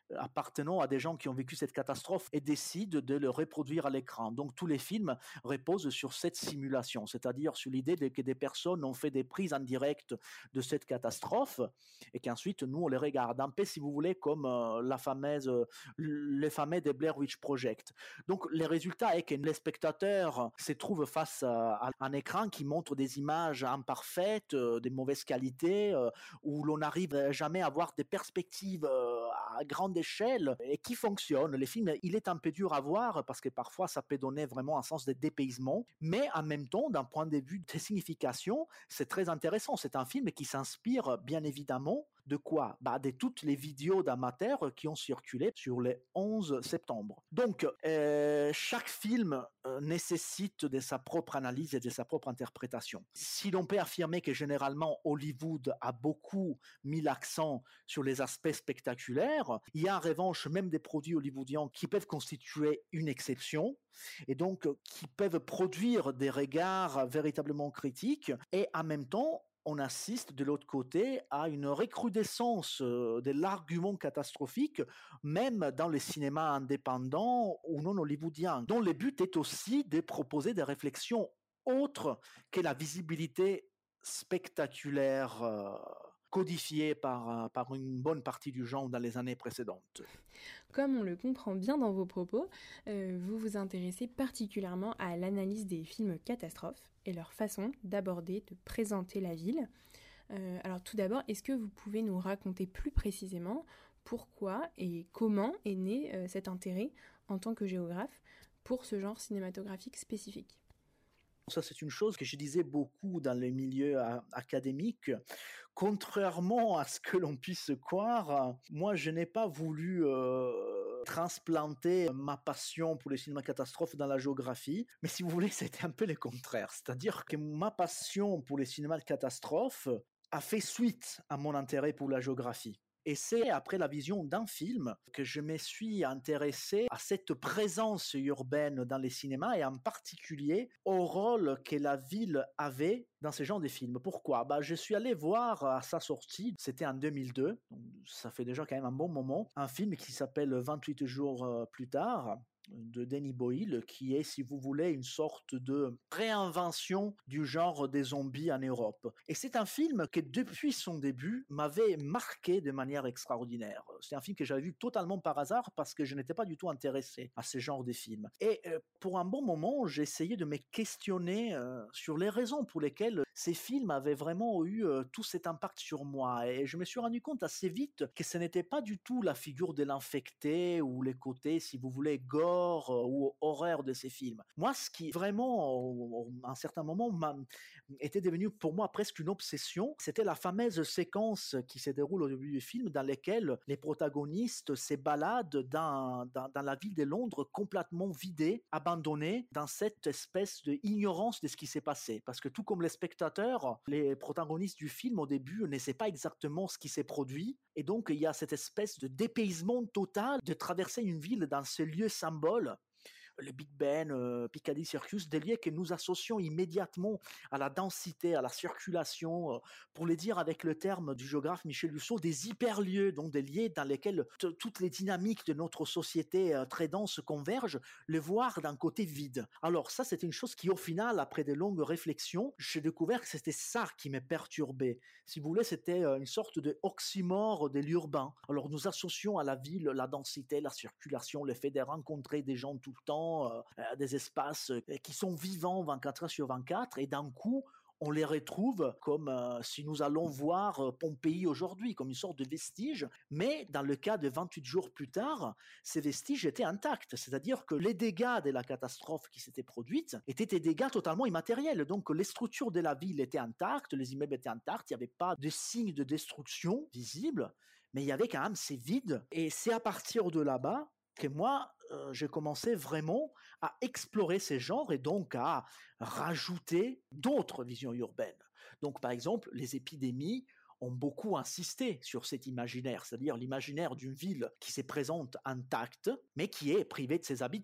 appartenant à des gens qui ont vécu cette catastrophe et décident de le reproduire à l'écran. Donc tous les films reposent sur cette simulation, c'est-à-dire sur l'idée de, que des personnes ont fait des prises en direct de cette catastrophe et qu'ensuite nous on les regarde un peu, si vous voulez, comme euh, la fameuse, euh, les fameux des Blair Witch Project. Donc le résultat est que les spectateurs se trouvent face à, à un écran qui montre des images imparfaites, euh, de mauvaise qualité, euh, où l'on n'arrive jamais à avoir des perspectives euh, à grande échelle et qui fonctionnent. Les films, il est un peu dur à voir parce que parfois ça peut donner vraiment un sens de dépaysement, mais en même temps, d'un point de vue de signification, c'est très intéressant. C'est un film qui s'inspire bien évidemment de quoi? Bah, de toutes les vidéos d'amateurs qui ont circulé sur le onze septembre. Donc, euh, chaque film euh, nécessite de sa propre analyse et de sa propre interprétation. Si l'on peut affirmer que généralement Hollywood a beaucoup mis l'accent sur les aspects spectaculaires, il y a en revanche même des produits hollywoodiens qui peuvent constituer une exception et donc qui peuvent produire des regards véritablement critiques et en même temps on assiste de l'autre côté à une recrudescence de l'argument catastrophique, même dans les cinémas indépendants ou non hollywoodiens, dont le but est aussi de proposer des réflexions autres que la visibilité spectaculaire euh, codifiée par, par une bonne partie du genre dans les années précédentes. Comme on le comprend bien dans vos propos, euh, vous vous intéressez particulièrement à l'analyse des films catastrophes et leur façon d'aborder, de présenter la ville. Euh, alors tout d'abord, est-ce que vous pouvez nous raconter plus précisément pourquoi et comment est né euh, cet intérêt en tant que géographe pour ce genre cinématographique spécifique ? Ça, c'est une chose que je disais beaucoup dans les milieux académiques. Contrairement à ce que l'on puisse croire, moi, je n'ai pas voulu euh, transplanter ma passion pour les cinémas catastrophes dans la géographie, mais si vous voulez, c'était un peu le contraire. C'est-à-dire que ma passion pour les cinémas catastrophes a fait suite à mon intérêt pour la géographie. Et c'est après la vision d'un film que je me suis intéressé à cette présence urbaine dans les cinémas et en particulier au rôle que la ville avait dans ce genre de films. Pourquoi? Bah, je suis allé voir à sa sortie, c'était en deux mille deux, donc ça fait déjà quand même un bon moment, un film qui s'appelle vingt-huit jours plus tard, de Danny Boyle, qui est, si vous voulez, une sorte de réinvention du genre des zombies en Europe. Et c'est un film qui, depuis son début, m'avait marqué de manière extraordinaire. C'est un film que j'avais vu totalement par hasard parce que je n'étais pas du tout intéressé à ce genre de films. Et euh, pour un bon moment, j'ai essayé de me questionner euh, sur les raisons pour lesquelles ces films avaient vraiment eu euh, tout cet impact sur moi. Et je me suis rendu compte assez vite que ce n'était pas du tout la figure de l'infecté ou les côtés, si vous voulez, gore ou horreur de ces films. Moi, ce qui vraiment, à un certain moment, était devenu pour moi presque une obsession, c'était la fameuse séquence qui se déroule au début du film dans laquelle les protagonistes se baladent dans, dans, dans la ville de Londres complètement vidée, abandonnée, dans cette espèce d'ignorance de ce qui s'est passé. Parce que tout comme les spectateurs, les protagonistes du film au début ne savent pas exactement ce qui s'est produit. Et donc, il y a cette espèce de dépaysement total de traverser une ville dans ce lieu symbole, le Big Ben, euh, Piccadilly Circus, des lieux que nous associons immédiatement à la densité, à la circulation, euh, pour les dire avec le terme du géographe Michel Husson, des hyperlieux, donc des lieux dans lesquels t- toutes les dynamiques de notre société euh, très dense convergent, le voir d'un côté vide. Alors ça, c'était une chose qui, au final, après de longues réflexions, j'ai découvert que c'était ça qui me perturbait. Si vous voulez, c'était une sorte de oxymore de l'urbain. Alors nous associons à la ville la densité, la circulation, le fait de rencontrer des gens tout le temps, euh, des espaces qui sont vivants vingt-quatre heures sur vingt-quatre, et d'un coup, on les retrouve comme euh, si nous allons voir euh, Pompéi aujourd'hui, comme une sorte de vestige. Mais dans le cas de vingt-huit jours plus tard, ces vestiges étaient intacts. C'est-à-dire que les dégâts de la catastrophe qui s'était produite étaient des dégâts totalement immatériels. Donc les structures de la ville étaient intactes, les immeubles étaient intacts, il n'y avait pas de signes de destruction visibles, mais il y avait quand même ces vides. Et c'est à partir de là-bas que moi, euh, j'ai commencé vraiment à explorer ces genres et donc à rajouter d'autres visions urbaines. Donc, par exemple, les épidémies ont beaucoup insisté sur cet imaginaire, c'est-à-dire l'imaginaire d'une ville qui se présente intacte, mais qui est privée de ses habitants,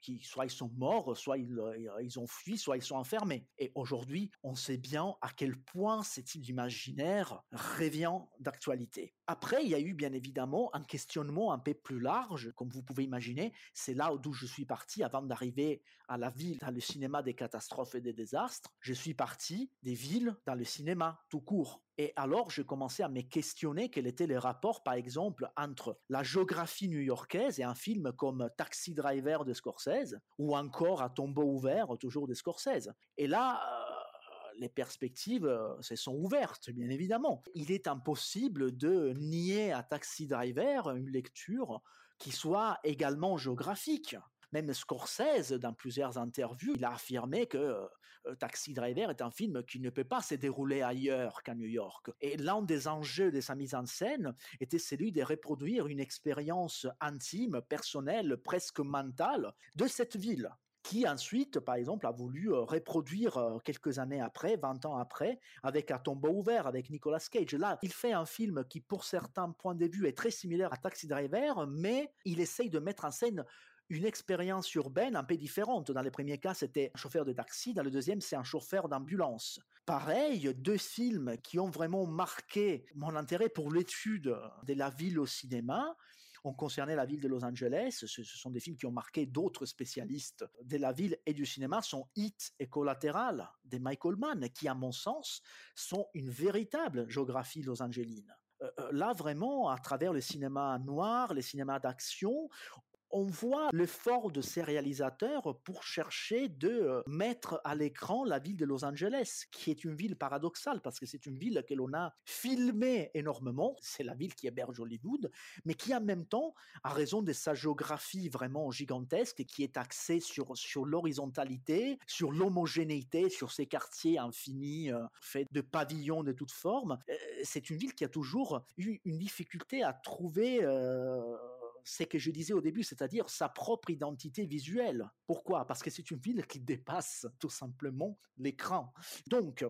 qui soit ils sont morts, soit ils, ils ont fui, soit ils sont enfermés. Et aujourd'hui, on sait bien à quel point ces types d'imaginaire revient d'actualité. Après, il y a eu bien évidemment un questionnement un peu plus large, comme vous pouvez imaginer. C'est là d'où je suis parti avant d'arriver à la ville, dans le cinéma des catastrophes et des désastres. Je suis parti des villes dans le cinéma, tout court. Et alors, j'ai commencé à me questionner quel était le rapport, par exemple, entre la géographie new-yorkaise et un film comme Taxi Driver de Scorsese, ou encore À tombeau ouvert, toujours de Scorsese. Et là, euh, les perspectives euh, se sont ouvertes, bien évidemment. Il est impossible de nier à Taxi Driver une lecture qui soit également géographique. Même Scorsese, dans plusieurs interviews, il a affirmé que euh, Taxi Driver est un film qui ne peut pas se dérouler ailleurs qu'à New York. Et l'un des enjeux de sa mise en scène était celui de reproduire une expérience intime, personnelle, presque mentale de cette ville, qui ensuite, par exemple, a voulu reproduire quelques années après, vingt ans après, avec À tombeau ouvert, avec Nicolas Cage. Là, il fait un film qui, pour certains points de vue, est très similaire à Taxi Driver, mais il essaye de mettre en scène une expérience urbaine un peu différente. Dans le premier cas, c'était un chauffeur de taxi. Dans le deuxième, c'est un chauffeur d'ambulance. Pareil, deux films qui ont vraiment marqué mon intérêt pour l'étude de la ville au cinéma ont concerné la ville de Los Angeles. Ce sont des films qui ont marqué d'autres spécialistes de la ville et du cinéma, sont Hit et Collateral de Michael Mann, qui, à mon sens, sont une véritable géographie los-angéline. Euh, là, vraiment, à travers le cinéma noir, les cinémas d'action, on voit l'effort de ces réalisateurs pour chercher de mettre à l'écran la ville de Los Angeles, qui est une ville paradoxale, parce que c'est une ville que l'on a filmée énormément, c'est la ville qui héberge Hollywood, mais qui en même temps, à raison de sa géographie vraiment gigantesque, et qui est axée sur, sur l'horizontalité, sur l'homogénéité, sur ses quartiers infinis, euh, faits de pavillons de toutes formes, euh, c'est une ville qui a toujours eu une difficulté à trouver... Euh, c'est ce que je disais au début, c'est-à-dire sa propre identité visuelle. Pourquoi ? Parce que c'est une ville qui dépasse tout simplement l'écran. Donc,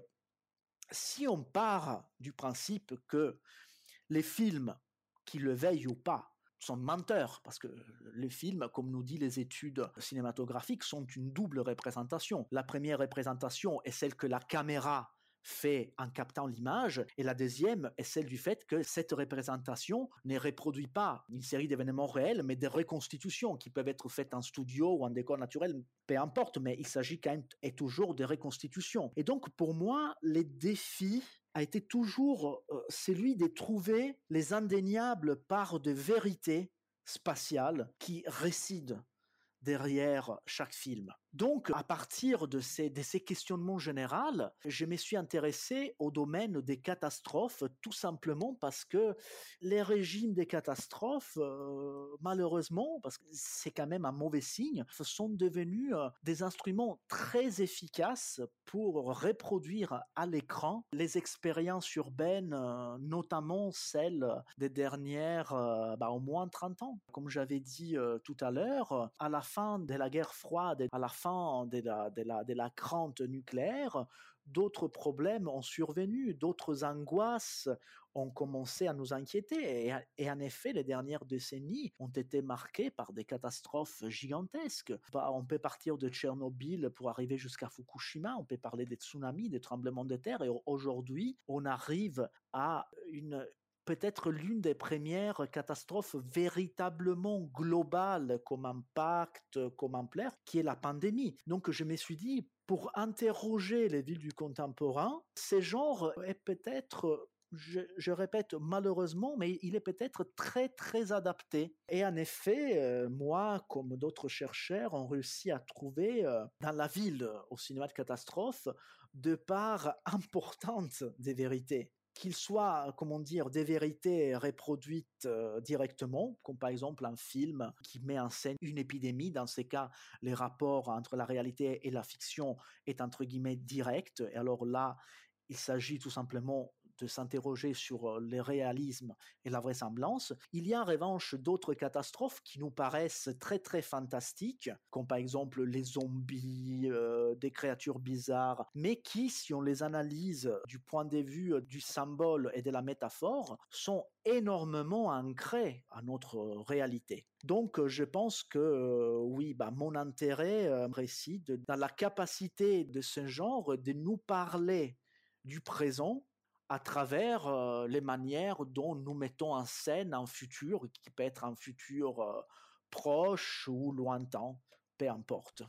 si on part du principe que les films, qui le veillent ou pas, sont menteurs, parce que les films, comme nous disent les études cinématographiques, sont une double représentation. La première représentation est celle que la caméra fait en captant l'image, et la deuxième est celle du fait que cette représentation ne reproduit pas une série d'événements réels, mais des reconstitutions qui peuvent être faites en studio ou en décor naturel, peu importe, mais il s'agit quand même et toujours de reconstitutions. Et donc pour moi, les défis a été toujours euh, celui de trouver les indéniables parts de vérité spatiale qui résident derrière chaque film. Donc, à partir de ces, de ces questionnements généraux, je me suis intéressé au domaine des catastrophes, tout simplement parce que les régimes des catastrophes, euh, malheureusement, parce que c'est quand même un mauvais signe, sont devenus euh, des instruments très efficaces pour reproduire à l'écran les expériences urbaines, euh, notamment celles des dernières, euh, bah, au moins trente ans. Comme j'avais dit euh, tout à l'heure, à la fin de la guerre froide, à la fin de la, de la, de la crainte nucléaire, d'autres problèmes ont survenu, d'autres angoisses ont commencé à nous inquiéter. Et, et en effet, les dernières décennies ont été marquées par des catastrophes gigantesques. On peut partir de Tchernobyl pour arriver jusqu'à Fukushima, on peut parler des tsunamis, des tremblements de terre, et aujourd'hui, on arrive à une... peut-être l'une des premières catastrophes véritablement globales comme impact, comme ampleur, qui est la pandémie. Donc je me suis dit, pour interroger les villes du contemporain, ce genre est peut-être, je, je répète malheureusement, mais il est peut-être très très adapté. Et en effet, euh, moi, comme d'autres chercheurs, ont réussi à trouver euh, dans la ville, au cinéma de catastrophe, de parts importantes des vérités. Qu'il soit, comment dire, des vérités reproduites euh, directement, comme par exemple un film qui met en scène une épidémie. Dans ces cas, les rapports entre la réalité et la fiction est entre guillemets direct. Et alors là, il s'agit tout simplement de s'interroger sur le réalisme et la vraisemblance. Il y a en revanche d'autres catastrophes qui nous paraissent très très fantastiques, comme par exemple les zombies, euh, des créatures bizarres, mais qui, si on les analyse du point de vue du symbole et de la métaphore, sont énormément ancrés à notre réalité. Donc, je pense que euh, oui, bah, mon intérêt euh, réside dans la capacité de ce genre de nous parler du présent à travers euh, les manières dont nous mettons en scène un futur qui peut être un futur euh, proche ou lointain, peu importe.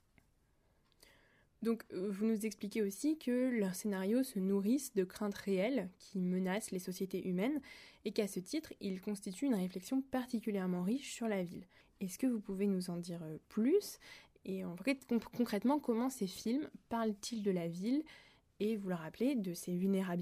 Donc, vous nous expliquez aussi que leurs scénarios se nourrissent de craintes réelles qui menacent les sociétés humaines et qu'à ce titre, ils constituent une réflexion particulièrement riche sur la ville. Est-ce que vous pouvez nous en dire plus ? Et en vrai, concrètement, comment ces films parlent-ils de la ville et, vous le rappelez, de ses vulnérabilités ?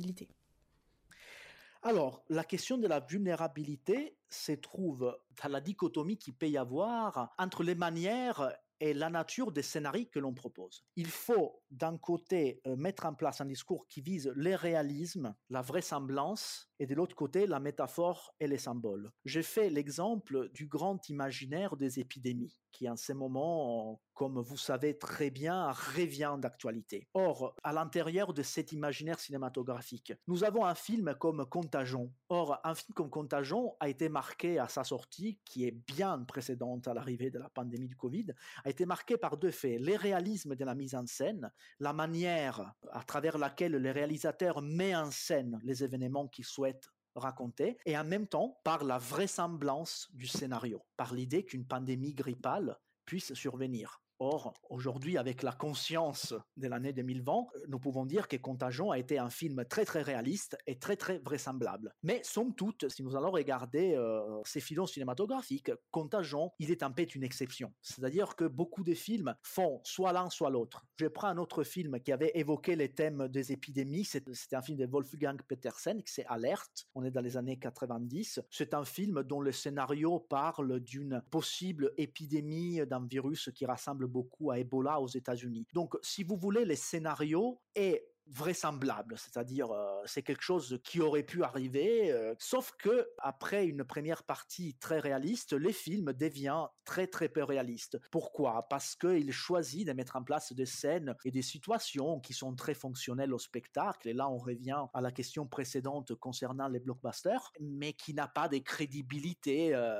Alors, la question de la vulnérabilité se trouve dans la dichotomie qu'il peut y avoir entre les manières et la nature des scénarios que l'on propose. Il faut d'un côté euh, mettre en place un discours qui vise le réalisme, la vraisemblance, et de l'autre côté la métaphore et les symboles. J'ai fait l'exemple du grand imaginaire des épidémies, qui en ce moment, comme vous savez très bien, revient d'actualité. Or, à l'intérieur de cet imaginaire cinématographique, nous avons un film comme Contagion. Or, un film comme Contagion a été marqué à sa sortie, qui est bien précédente à l'arrivée de la pandémie du Covid, a été marqué par deux faits. Le réalisme de la mise en scène, la manière à travers laquelle le réalisateur met en scène les événements qu'il souhaite raconter, et en même temps par la vraisemblance du scénario, par l'idée qu'une pandémie grippale puisse survenir. Or, aujourd'hui, avec la conscience de l'année deux mille vingt, nous pouvons dire que Contagion a été un film très très réaliste et très très vraisemblable. Mais somme toute, si nous allons regarder euh, ces filons cinématographiques, Contagion, il est un peu une exception. C'est-à-dire que beaucoup de films font soit l'un soit l'autre. Je prends un autre film qui avait évoqué les thèmes des épidémies, c'était un film de Wolfgang Petersen, qui c'est Alerte, on est dans les années quatre-vingt-dix. C'est un film dont le scénario parle d'une possible épidémie d'un virus qui rassemble beaucoup à Ebola aux États-Unis. Donc, si vous voulez, les scénarios est vraisemblable, c'est-à-dire euh, c'est quelque chose qui aurait pu arriver, euh, sauf que après une première partie très réaliste, le film devient très très peu réaliste. Pourquoi ? Parce qu'il choisit de mettre en place des scènes et des situations qui sont très fonctionnelles au spectacle, et là on revient à la question précédente concernant les blockbusters, mais qui n'a pas de crédibilité euh,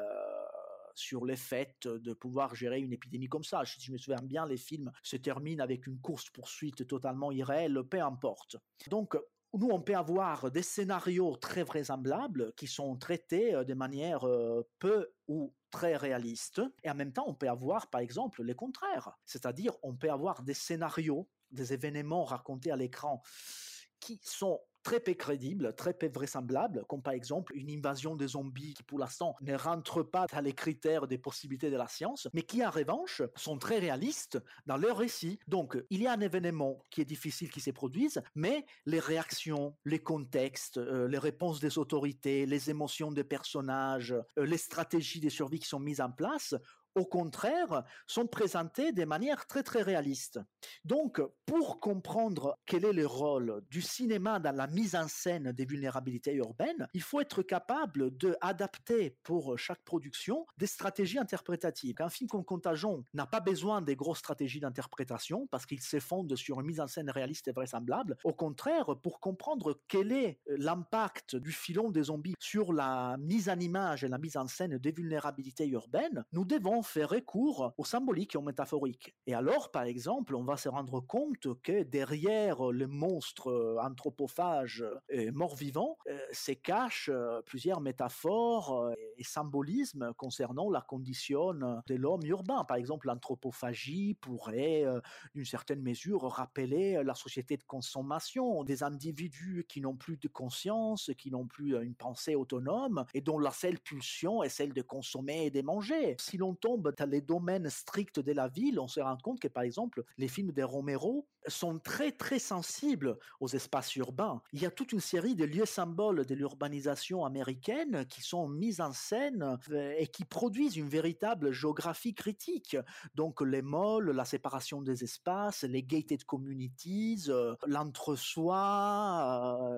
sur le fait de pouvoir gérer une épidémie comme ça. Si je me souviens bien, les films se terminent avec une course-poursuite totalement irréelle, peu importe. Donc, nous, on peut avoir des scénarios très vraisemblables qui sont traités de manière peu ou très réaliste, et en même temps, on peut avoir, par exemple, les contraires. C'est-à-dire, on peut avoir des scénarios, des événements racontés à l'écran qui sont très peu crédible, très peu vraisemblable, comme par exemple une invasion de zombies qui pour l'instant ne rentre pas dans les critères des possibilités de la science, mais qui en revanche sont très réalistes dans leur récit. Donc il y a un événement qui est difficile qui se produise, mais les réactions, les contextes, euh, les réponses des autorités, les émotions des personnages, euh, les stratégies de survie qui sont mises en place, au contraire, sont présentés de manière très très réaliste. Donc, pour comprendre quel est le rôle du cinéma dans la mise en scène des vulnérabilités urbaines, il faut être capable d'adapter pour chaque production des stratégies interprétatives. Un film comme Contagion n'a pas besoin des grosses stratégies d'interprétation parce qu'il se fonde sur une mise en scène réaliste et vraisemblable. Au contraire, pour comprendre quel est l'impact du filon des zombies sur la mise en image et la mise en scène des vulnérabilités urbaines, nous devons faire recours au symbolique et au métaphorique. Et alors, par exemple, on va se rendre compte que derrière les monstres anthropophages et morts-vivants euh, se cachent plusieurs métaphores et symbolismes concernant la condition de l'homme urbain. Par exemple, l'anthropophagie pourrait, euh, d'une certaine mesure, rappeler la société de consommation, des individus qui n'ont plus de conscience, qui n'ont plus une pensée autonome et dont la seule pulsion est celle de consommer et de manger. Si l'on tombe dans les domaines stricts de la ville, on se rend compte que, par exemple, les films de Romero sont très, très sensibles aux espaces urbains. Il y a toute une série de lieux symboles de l'urbanisation américaine qui sont mis en scène et qui produisent une véritable géographie critique. Donc, les malls, la séparation des espaces, les gated communities, euh, l'entre-soi, euh,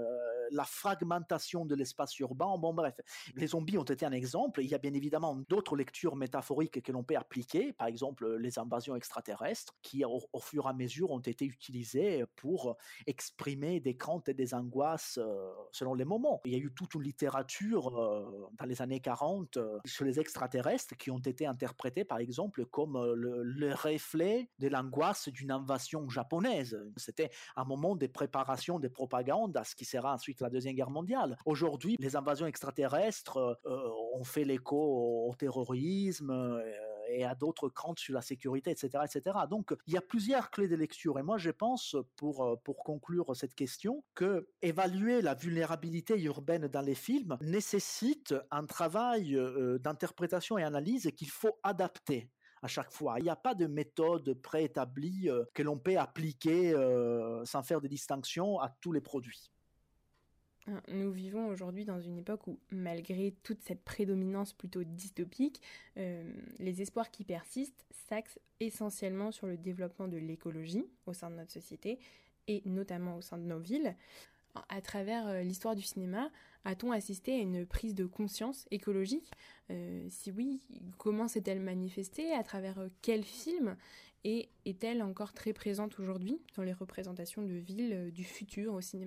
la fragmentation de l'espace urbain. Bon, bref, les zombies ont été un exemple. Il y a bien évidemment d'autres lectures métaphoriques que l'on peut appliquer, par exemple les invasions extraterrestres, qui au, au fur et à mesure ont été utilisées pour exprimer des craintes et des angoisses euh, selon les moments. Il y a eu toute une littérature euh, dans les années quarante euh, sur les extraterrestres qui ont été interprétés par exemple comme euh, le, le reflet de l'angoisse d'une invasion japonaise. C'était un moment de préparation des propagandes à ce qui sera ensuite la Deuxième Guerre mondiale. Aujourd'hui, les invasions extraterrestres euh, ont fait l'écho au, au terrorisme euh, et à d'autres craintes sur la sécurité, et cetera, et cetera. Donc, il y a plusieurs clés de lecture. Et moi, je pense, pour, pour conclure cette question, que évaluer la vulnérabilité urbaine dans les films nécessite un travail euh, d'interprétation et analyse qu'il faut adapter à chaque fois. Il n'y a pas de méthode préétablie euh, que l'on peut appliquer euh, sans faire de distinction à tous les produits. Nous vivons aujourd'hui dans une époque où, malgré toute cette prédominance plutôt dystopique, euh, les espoirs qui persistent s'axent essentiellement sur le développement de l'écologie au sein de notre société et notamment au sein de nos villes. À travers euh, l'histoire du cinéma, a-t-on assisté à une prise de conscience écologique ? euh, Si oui, comment s'est-elle manifestée ? À travers euh, quels films ? Et est-elle encore très présente aujourd'hui dans les représentations de villes euh, du futur au cinéma ?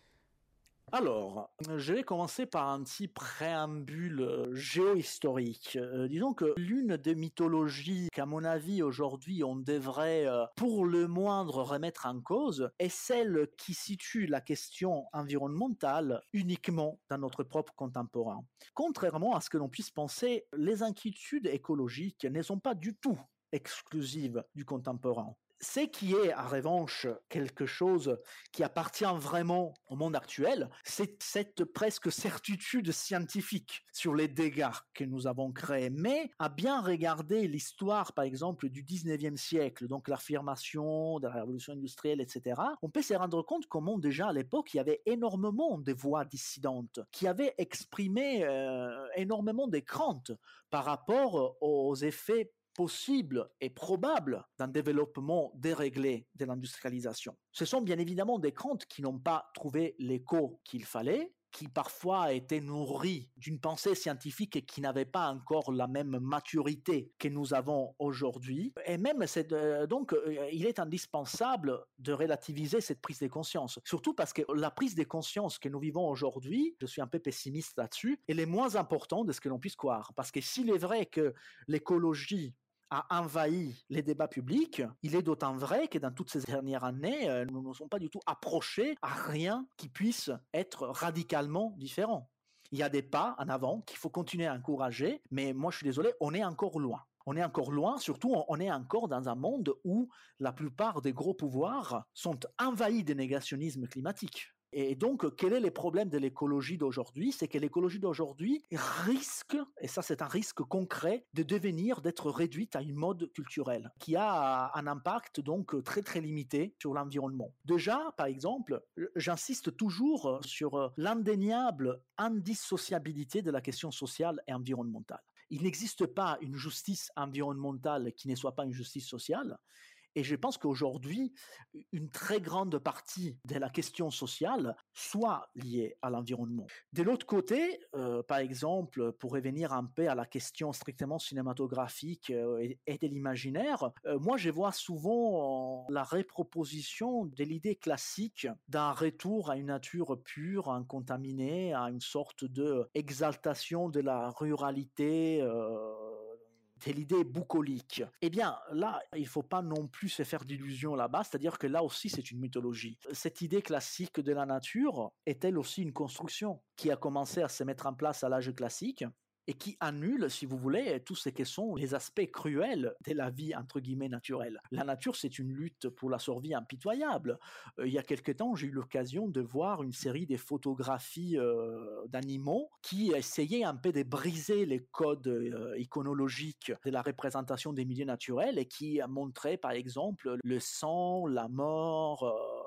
Alors, je vais commencer par un petit préambule euh, géohistorique. Euh, disons que l'une des mythologies qu'à mon avis aujourd'hui on devrait euh, pour le moindre remettre en cause est celle qui situe la question environnementale uniquement dans notre propre contemporain. Contrairement à ce que l'on puisse penser, les inquiétudes écologiques ne sont pas du tout exclusives du contemporain. Ce qui est, en revanche, quelque chose qui appartient vraiment au monde actuel, c'est cette presque certitude scientifique sur les dégâts que nous avons créés. Mais à bien regarder l'histoire, par exemple, du dix-neuvième siècle, donc l'affirmation de la révolution industrielle, et cetera, on peut se rendre compte comment déjà à l'époque, il y avait énormément de voix dissidentes qui avaient exprimé euh, énormément de craintes par rapport aux effets possible et probable d'un développement déréglé de l'industrialisation. Ce sont bien évidemment des craintes qui n'ont pas trouvé l'écho qu'il fallait, qui parfois étaient nourries d'une pensée scientifique et qui n'avait pas encore la même maturité que nous avons aujourd'hui. Et même, c'est de, donc, il est indispensable de relativiser cette prise de conscience. Surtout parce que la prise de conscience que nous vivons aujourd'hui, je suis un peu pessimiste là-dessus, elle est moins importante de ce que l'on puisse croire. Parce que s'il est vrai que l'écologie a envahi les débats publics, il est d'autant vrai que dans toutes ces dernières années, euh, nous ne sommes pas du tout approchés à rien qui puisse être radicalement différent. Il y a des pas en avant qu'il faut continuer à encourager, mais moi je suis désolé, on est encore loin. On est encore loin, surtout on est encore dans un monde où la plupart des gros pouvoirs sont envahis de négationnisme climatique. Et donc, quel est le problème de l'écologie d'aujourd'hui ? C'est que l'écologie d'aujourd'hui risque, et ça c'est un risque concret, de devenir, d'être réduite à une mode culturelle qui a un impact donc très très limité sur l'environnement. Déjà, par exemple, j'insiste toujours sur l'indéniable indissociabilité de la question sociale et environnementale. Il n'existe pas une justice environnementale qui ne soit pas une justice sociale. Et je pense qu'aujourd'hui, une très grande partie de la question sociale soit liée à l'environnement. De l'autre côté, euh, par exemple, pour revenir un peu à la question strictement cinématographique euh, et, et de l'imaginaire, euh, moi je vois souvent euh, la reproposition de l'idée classique d'un retour à une nature pure, incontaminée, à une sorte d'exaltation de la ruralité euh, c'est l'idée bucolique. Eh bien, là, il ne faut pas non plus se faire d'illusions là-bas, c'est-à-dire que là aussi, c'est une mythologie. Cette idée classique de la nature est-elle aussi une construction qui a commencé à se mettre en place à l'âge classique et qui annule, si vous voulez, tout ce que sont les aspects cruels de la vie, entre guillemets, naturelle. La nature, c'est une lutte pour la survie impitoyable. Euh, il y a quelque temps, j'ai eu l'occasion de voir une série de photographies euh, d'animaux qui essayaient un peu de briser les codes euh, iconologiques de la représentation des milieux naturels et qui montraient, par exemple, le sang, la mort... Euh,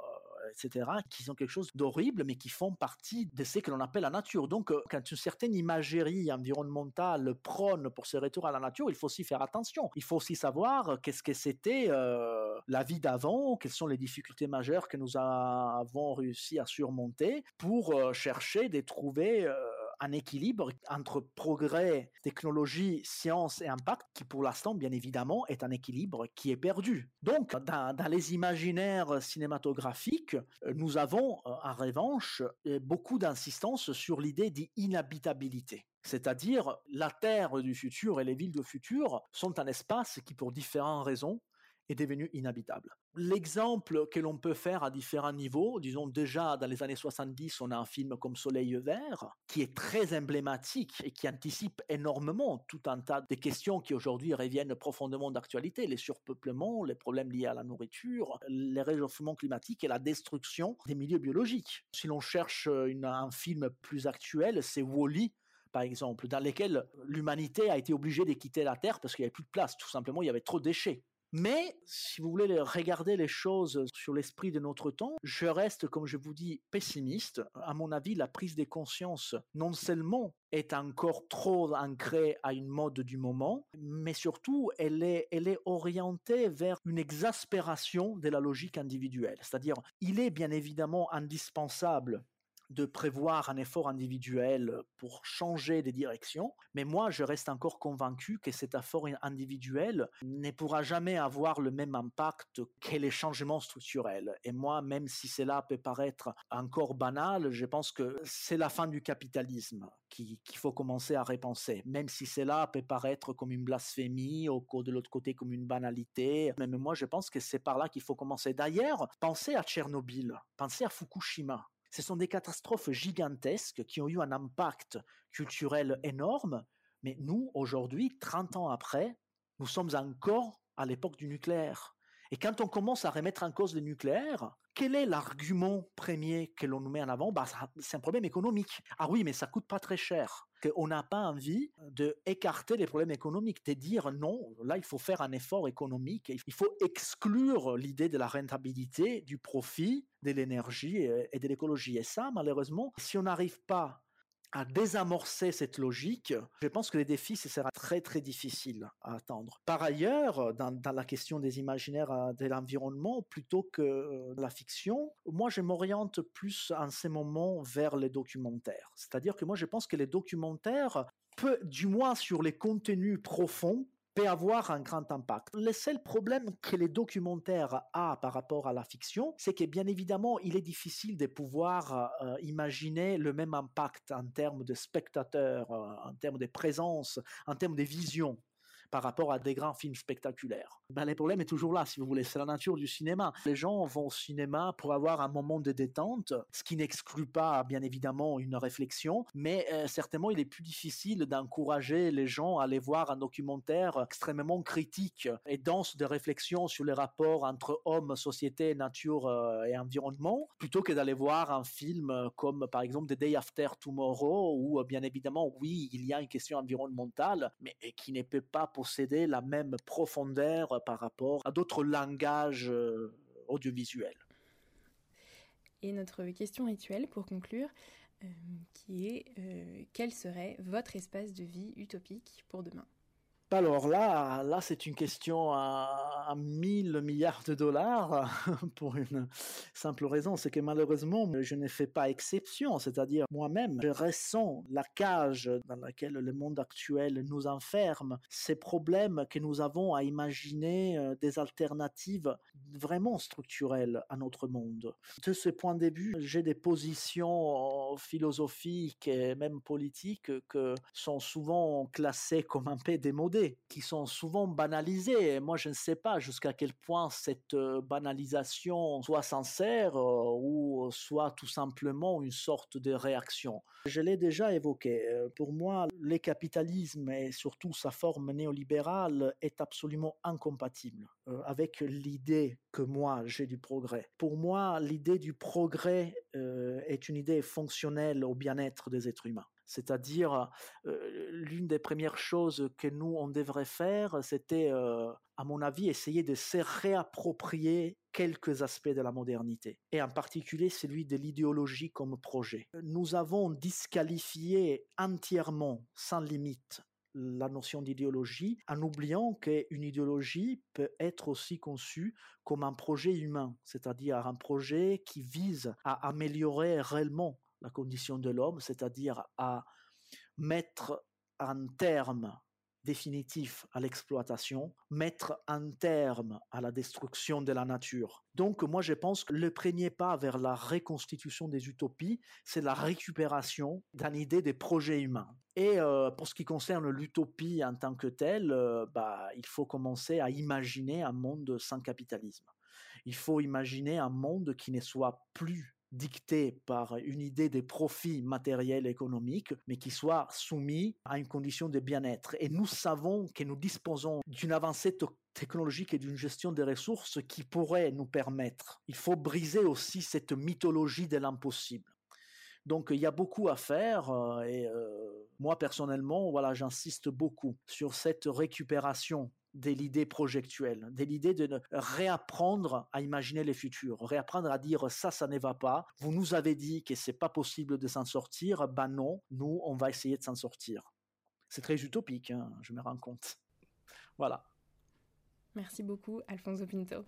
et cetera, qui sont quelque chose d'horrible, mais qui font partie de ce que l'on appelle la nature. Donc, euh, quand une certaine imagerie environnementale prône pour ce retour à la nature, il faut aussi faire attention. Il faut aussi savoir qu'est-ce que c'était euh, la vie d'avant, quelles sont les difficultés majeures que nous avons réussi à surmonter pour euh, chercher de trouver euh, un équilibre entre progrès, technologie, science et impact, qui pour l'instant, bien évidemment, est un équilibre qui est perdu. Donc, dans, dans les imaginaires cinématographiques, nous avons, en revanche, beaucoup d'insistance sur l'idée d'inhabitabilité. C'est-à-dire, la Terre du futur et les villes du futur sont un espace qui, pour différentes raisons, est devenu inhabitable. L'exemple que l'on peut faire à différents niveaux, disons déjà dans les années soixante-dix, on a un film comme Soleil vert, qui est très emblématique et qui anticipe énormément tout un tas de questions qui aujourd'hui reviennent profondément d'actualité, les surpeuplements, les problèmes liés à la nourriture, les réchauffements climatiques et la destruction des milieux biologiques. Si l'on cherche une, un film plus actuel, c'est Wall-E, par exemple, dans lequel l'humanité a été obligée de quitter la Terre parce qu'il n'y avait plus de place, tout simplement, il y avait trop de déchets. Mais si vous voulez regarder les choses sur l'esprit de notre temps, je reste, comme je vous dis, pessimiste. À mon avis, la prise de conscience, non seulement est encore trop ancrée à une mode du moment, mais surtout, elle est, elle est orientée vers une exaspération de la logique individuelle. C'est-à-dire, il est bien évidemment indispensable de prévoir un effort individuel pour changer des directions, mais moi je reste encore convaincu que cet effort individuel ne pourra jamais avoir le même impact que les changements structurels. Et moi, même si cela peut paraître encore banal, je pense que c'est la fin du capitalisme qu'il faut commencer à repenser, même si cela peut paraître comme une blasphémie ou de l'autre côté comme une banalité. Mais moi je pense que c'est par là qu'il faut commencer. D'ailleurs, pensez à Tchernobyl, pensez à Fukushima. Ce sont des catastrophes gigantesques qui ont eu un impact culturel énorme, mais nous, aujourd'hui, trente ans après, nous sommes encore à l'époque du nucléaire. Et quand on commence à remettre en cause le nucléaire, quel est l'argument premier que l'on nous met en avant? Bah, c'est un problème économique. Ah oui, mais ça coûte pas très cher. On n'a pas envie d'écarter les problèmes économiques, de dire non, là il faut faire un effort économique, il faut exclure l'idée de la rentabilité, du profit, de l'énergie et de l'écologie. Et ça, malheureusement, si on n'arrive pas à désamorcer cette logique, je pense que les défis, ce sera très très difficile à atteindre. Par ailleurs, dans, dans la question des imaginaires de l'environnement, plutôt que la fiction, moi je m'oriente plus en ces moments vers les documentaires. C'est-à-dire que moi je pense que les documentaires, peut, du moins sur les contenus profonds, peut avoir un grand impact. Le seul problème que les documentaires ont par rapport à la fiction, c'est que bien évidemment, il est difficile de pouvoir euh, imaginer le même impact en termes de spectateurs, euh, en termes de présence, en termes de vision par rapport à des grands films spectaculaires. Ben, le problème est toujours là, si vous voulez, c'est la nature du cinéma. Les gens vont au cinéma pour avoir un moment de détente, ce qui n'exclut pas, bien évidemment, une réflexion, mais euh, certainement, il est plus difficile d'encourager les gens à aller voir un documentaire extrêmement critique et dense de réflexions sur les rapports entre hommes, société, nature euh, et environnement, plutôt que d'aller voir un film comme, par exemple, The Day After Tomorrow, où, bien évidemment, oui, il y a une question environnementale, mais qui ne peut pas posséder la même profondeur par rapport à d'autres langages euh, audiovisuels. Et notre question rituelle pour conclure, euh, qui est euh, quel serait votre espace de vie utopique pour demain ? Alors là, là c'est une question à, à mille milliards de dollars pour une simple raison, c'est que malheureusement, je ne fais pas exception, c'est-à-dire moi-même, je ressens la cage dans laquelle le monde actuel nous enferme, ces problèmes que nous avons à imaginer des alternatives vraiment structurelles à notre monde. De ce point de vue, j'ai des positions philosophiques et même politiques que sont souvent classées comme un peu démodées, qui sont souvent banalisées. Et moi, je ne sais pas jusqu'à quel point cette banalisation soit sincère euh, ou soit tout simplement une sorte de réaction. Je l'ai déjà évoqué. Pour moi, le capitalisme et surtout sa forme néolibérale est absolument incompatible euh, avec l'idée que moi j'ai du progrès. Pour moi, l'idée du progrès euh, est une idée fonctionnelle au bien-être des êtres humains. C'est-à-dire, euh, l'une des premières choses que nous, on devrait faire, c'était, euh, à mon avis, essayer de se réapproprier quelques aspects de la modernité, et en particulier celui de l'idéologie comme projet. Nous avons disqualifié entièrement, sans limite, la notion d'idéologie, en oubliant qu'une idéologie peut être aussi conçue comme un projet humain, c'est-à-dire un projet qui vise à améliorer réellement la condition de l'homme, c'est-à-dire à mettre un terme définitif à l'exploitation, mettre un terme à la destruction de la nature. Donc moi je pense que le premier pas vers la reconstitution des utopies, c'est la récupération d'une idée des projets humains. Et euh, pour ce qui concerne l'utopie en tant que telle, euh, bah, il faut commencer à imaginer un monde sans capitalisme. Il faut imaginer un monde qui ne soit plus dicté par une idée des profits matériels et économiques, mais qui soit soumis à une condition de bien-être. Et nous savons que nous disposons d'une avancée technologique et d'une gestion des ressources qui pourrait nous permettre. Il faut briser aussi cette mythologie de l'impossible. Donc il y a beaucoup à faire euh, et euh, moi personnellement, voilà, j'insiste beaucoup sur cette récupération de l'idée projectuelle, de l'idée de réapprendre à imaginer les futurs, réapprendre à dire ça, ça ne va pas, vous nous avez dit que c'est pas possible de s'en sortir, ben non, nous on va essayer de s'en sortir. C'est très utopique, hein, je me rends compte. Voilà. Merci beaucoup, Alfonso Pinto.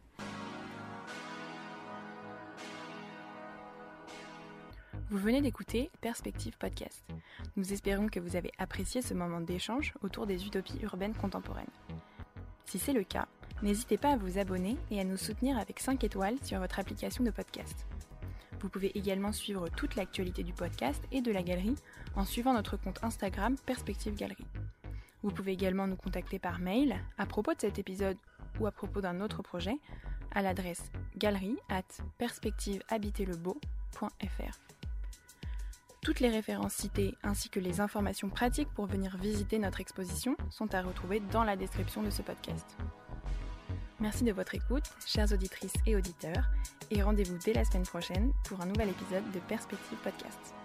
Vous venez d'écouter Perspective Podcast. Nous espérons que vous avez apprécié ce moment d'échange autour des utopies urbaines contemporaines. Si c'est le cas, n'hésitez pas à vous abonner et à nous soutenir avec cinq étoiles sur votre application de podcast. Vous pouvez également suivre toute l'actualité du podcast et de la galerie en suivant notre compte Instagram Perspective Galerie. Vous pouvez également nous contacter par mail à propos de cet épisode ou à propos d'un autre projet à l'adresse galerie arobase perspective habiter le beau point f r. Toutes les références citées ainsi que les informations pratiques pour venir visiter notre exposition sont à retrouver dans la description de ce podcast. Merci de votre écoute, chères auditrices et auditeurs, et rendez-vous dès la semaine prochaine pour un nouvel épisode de Perspective Podcast.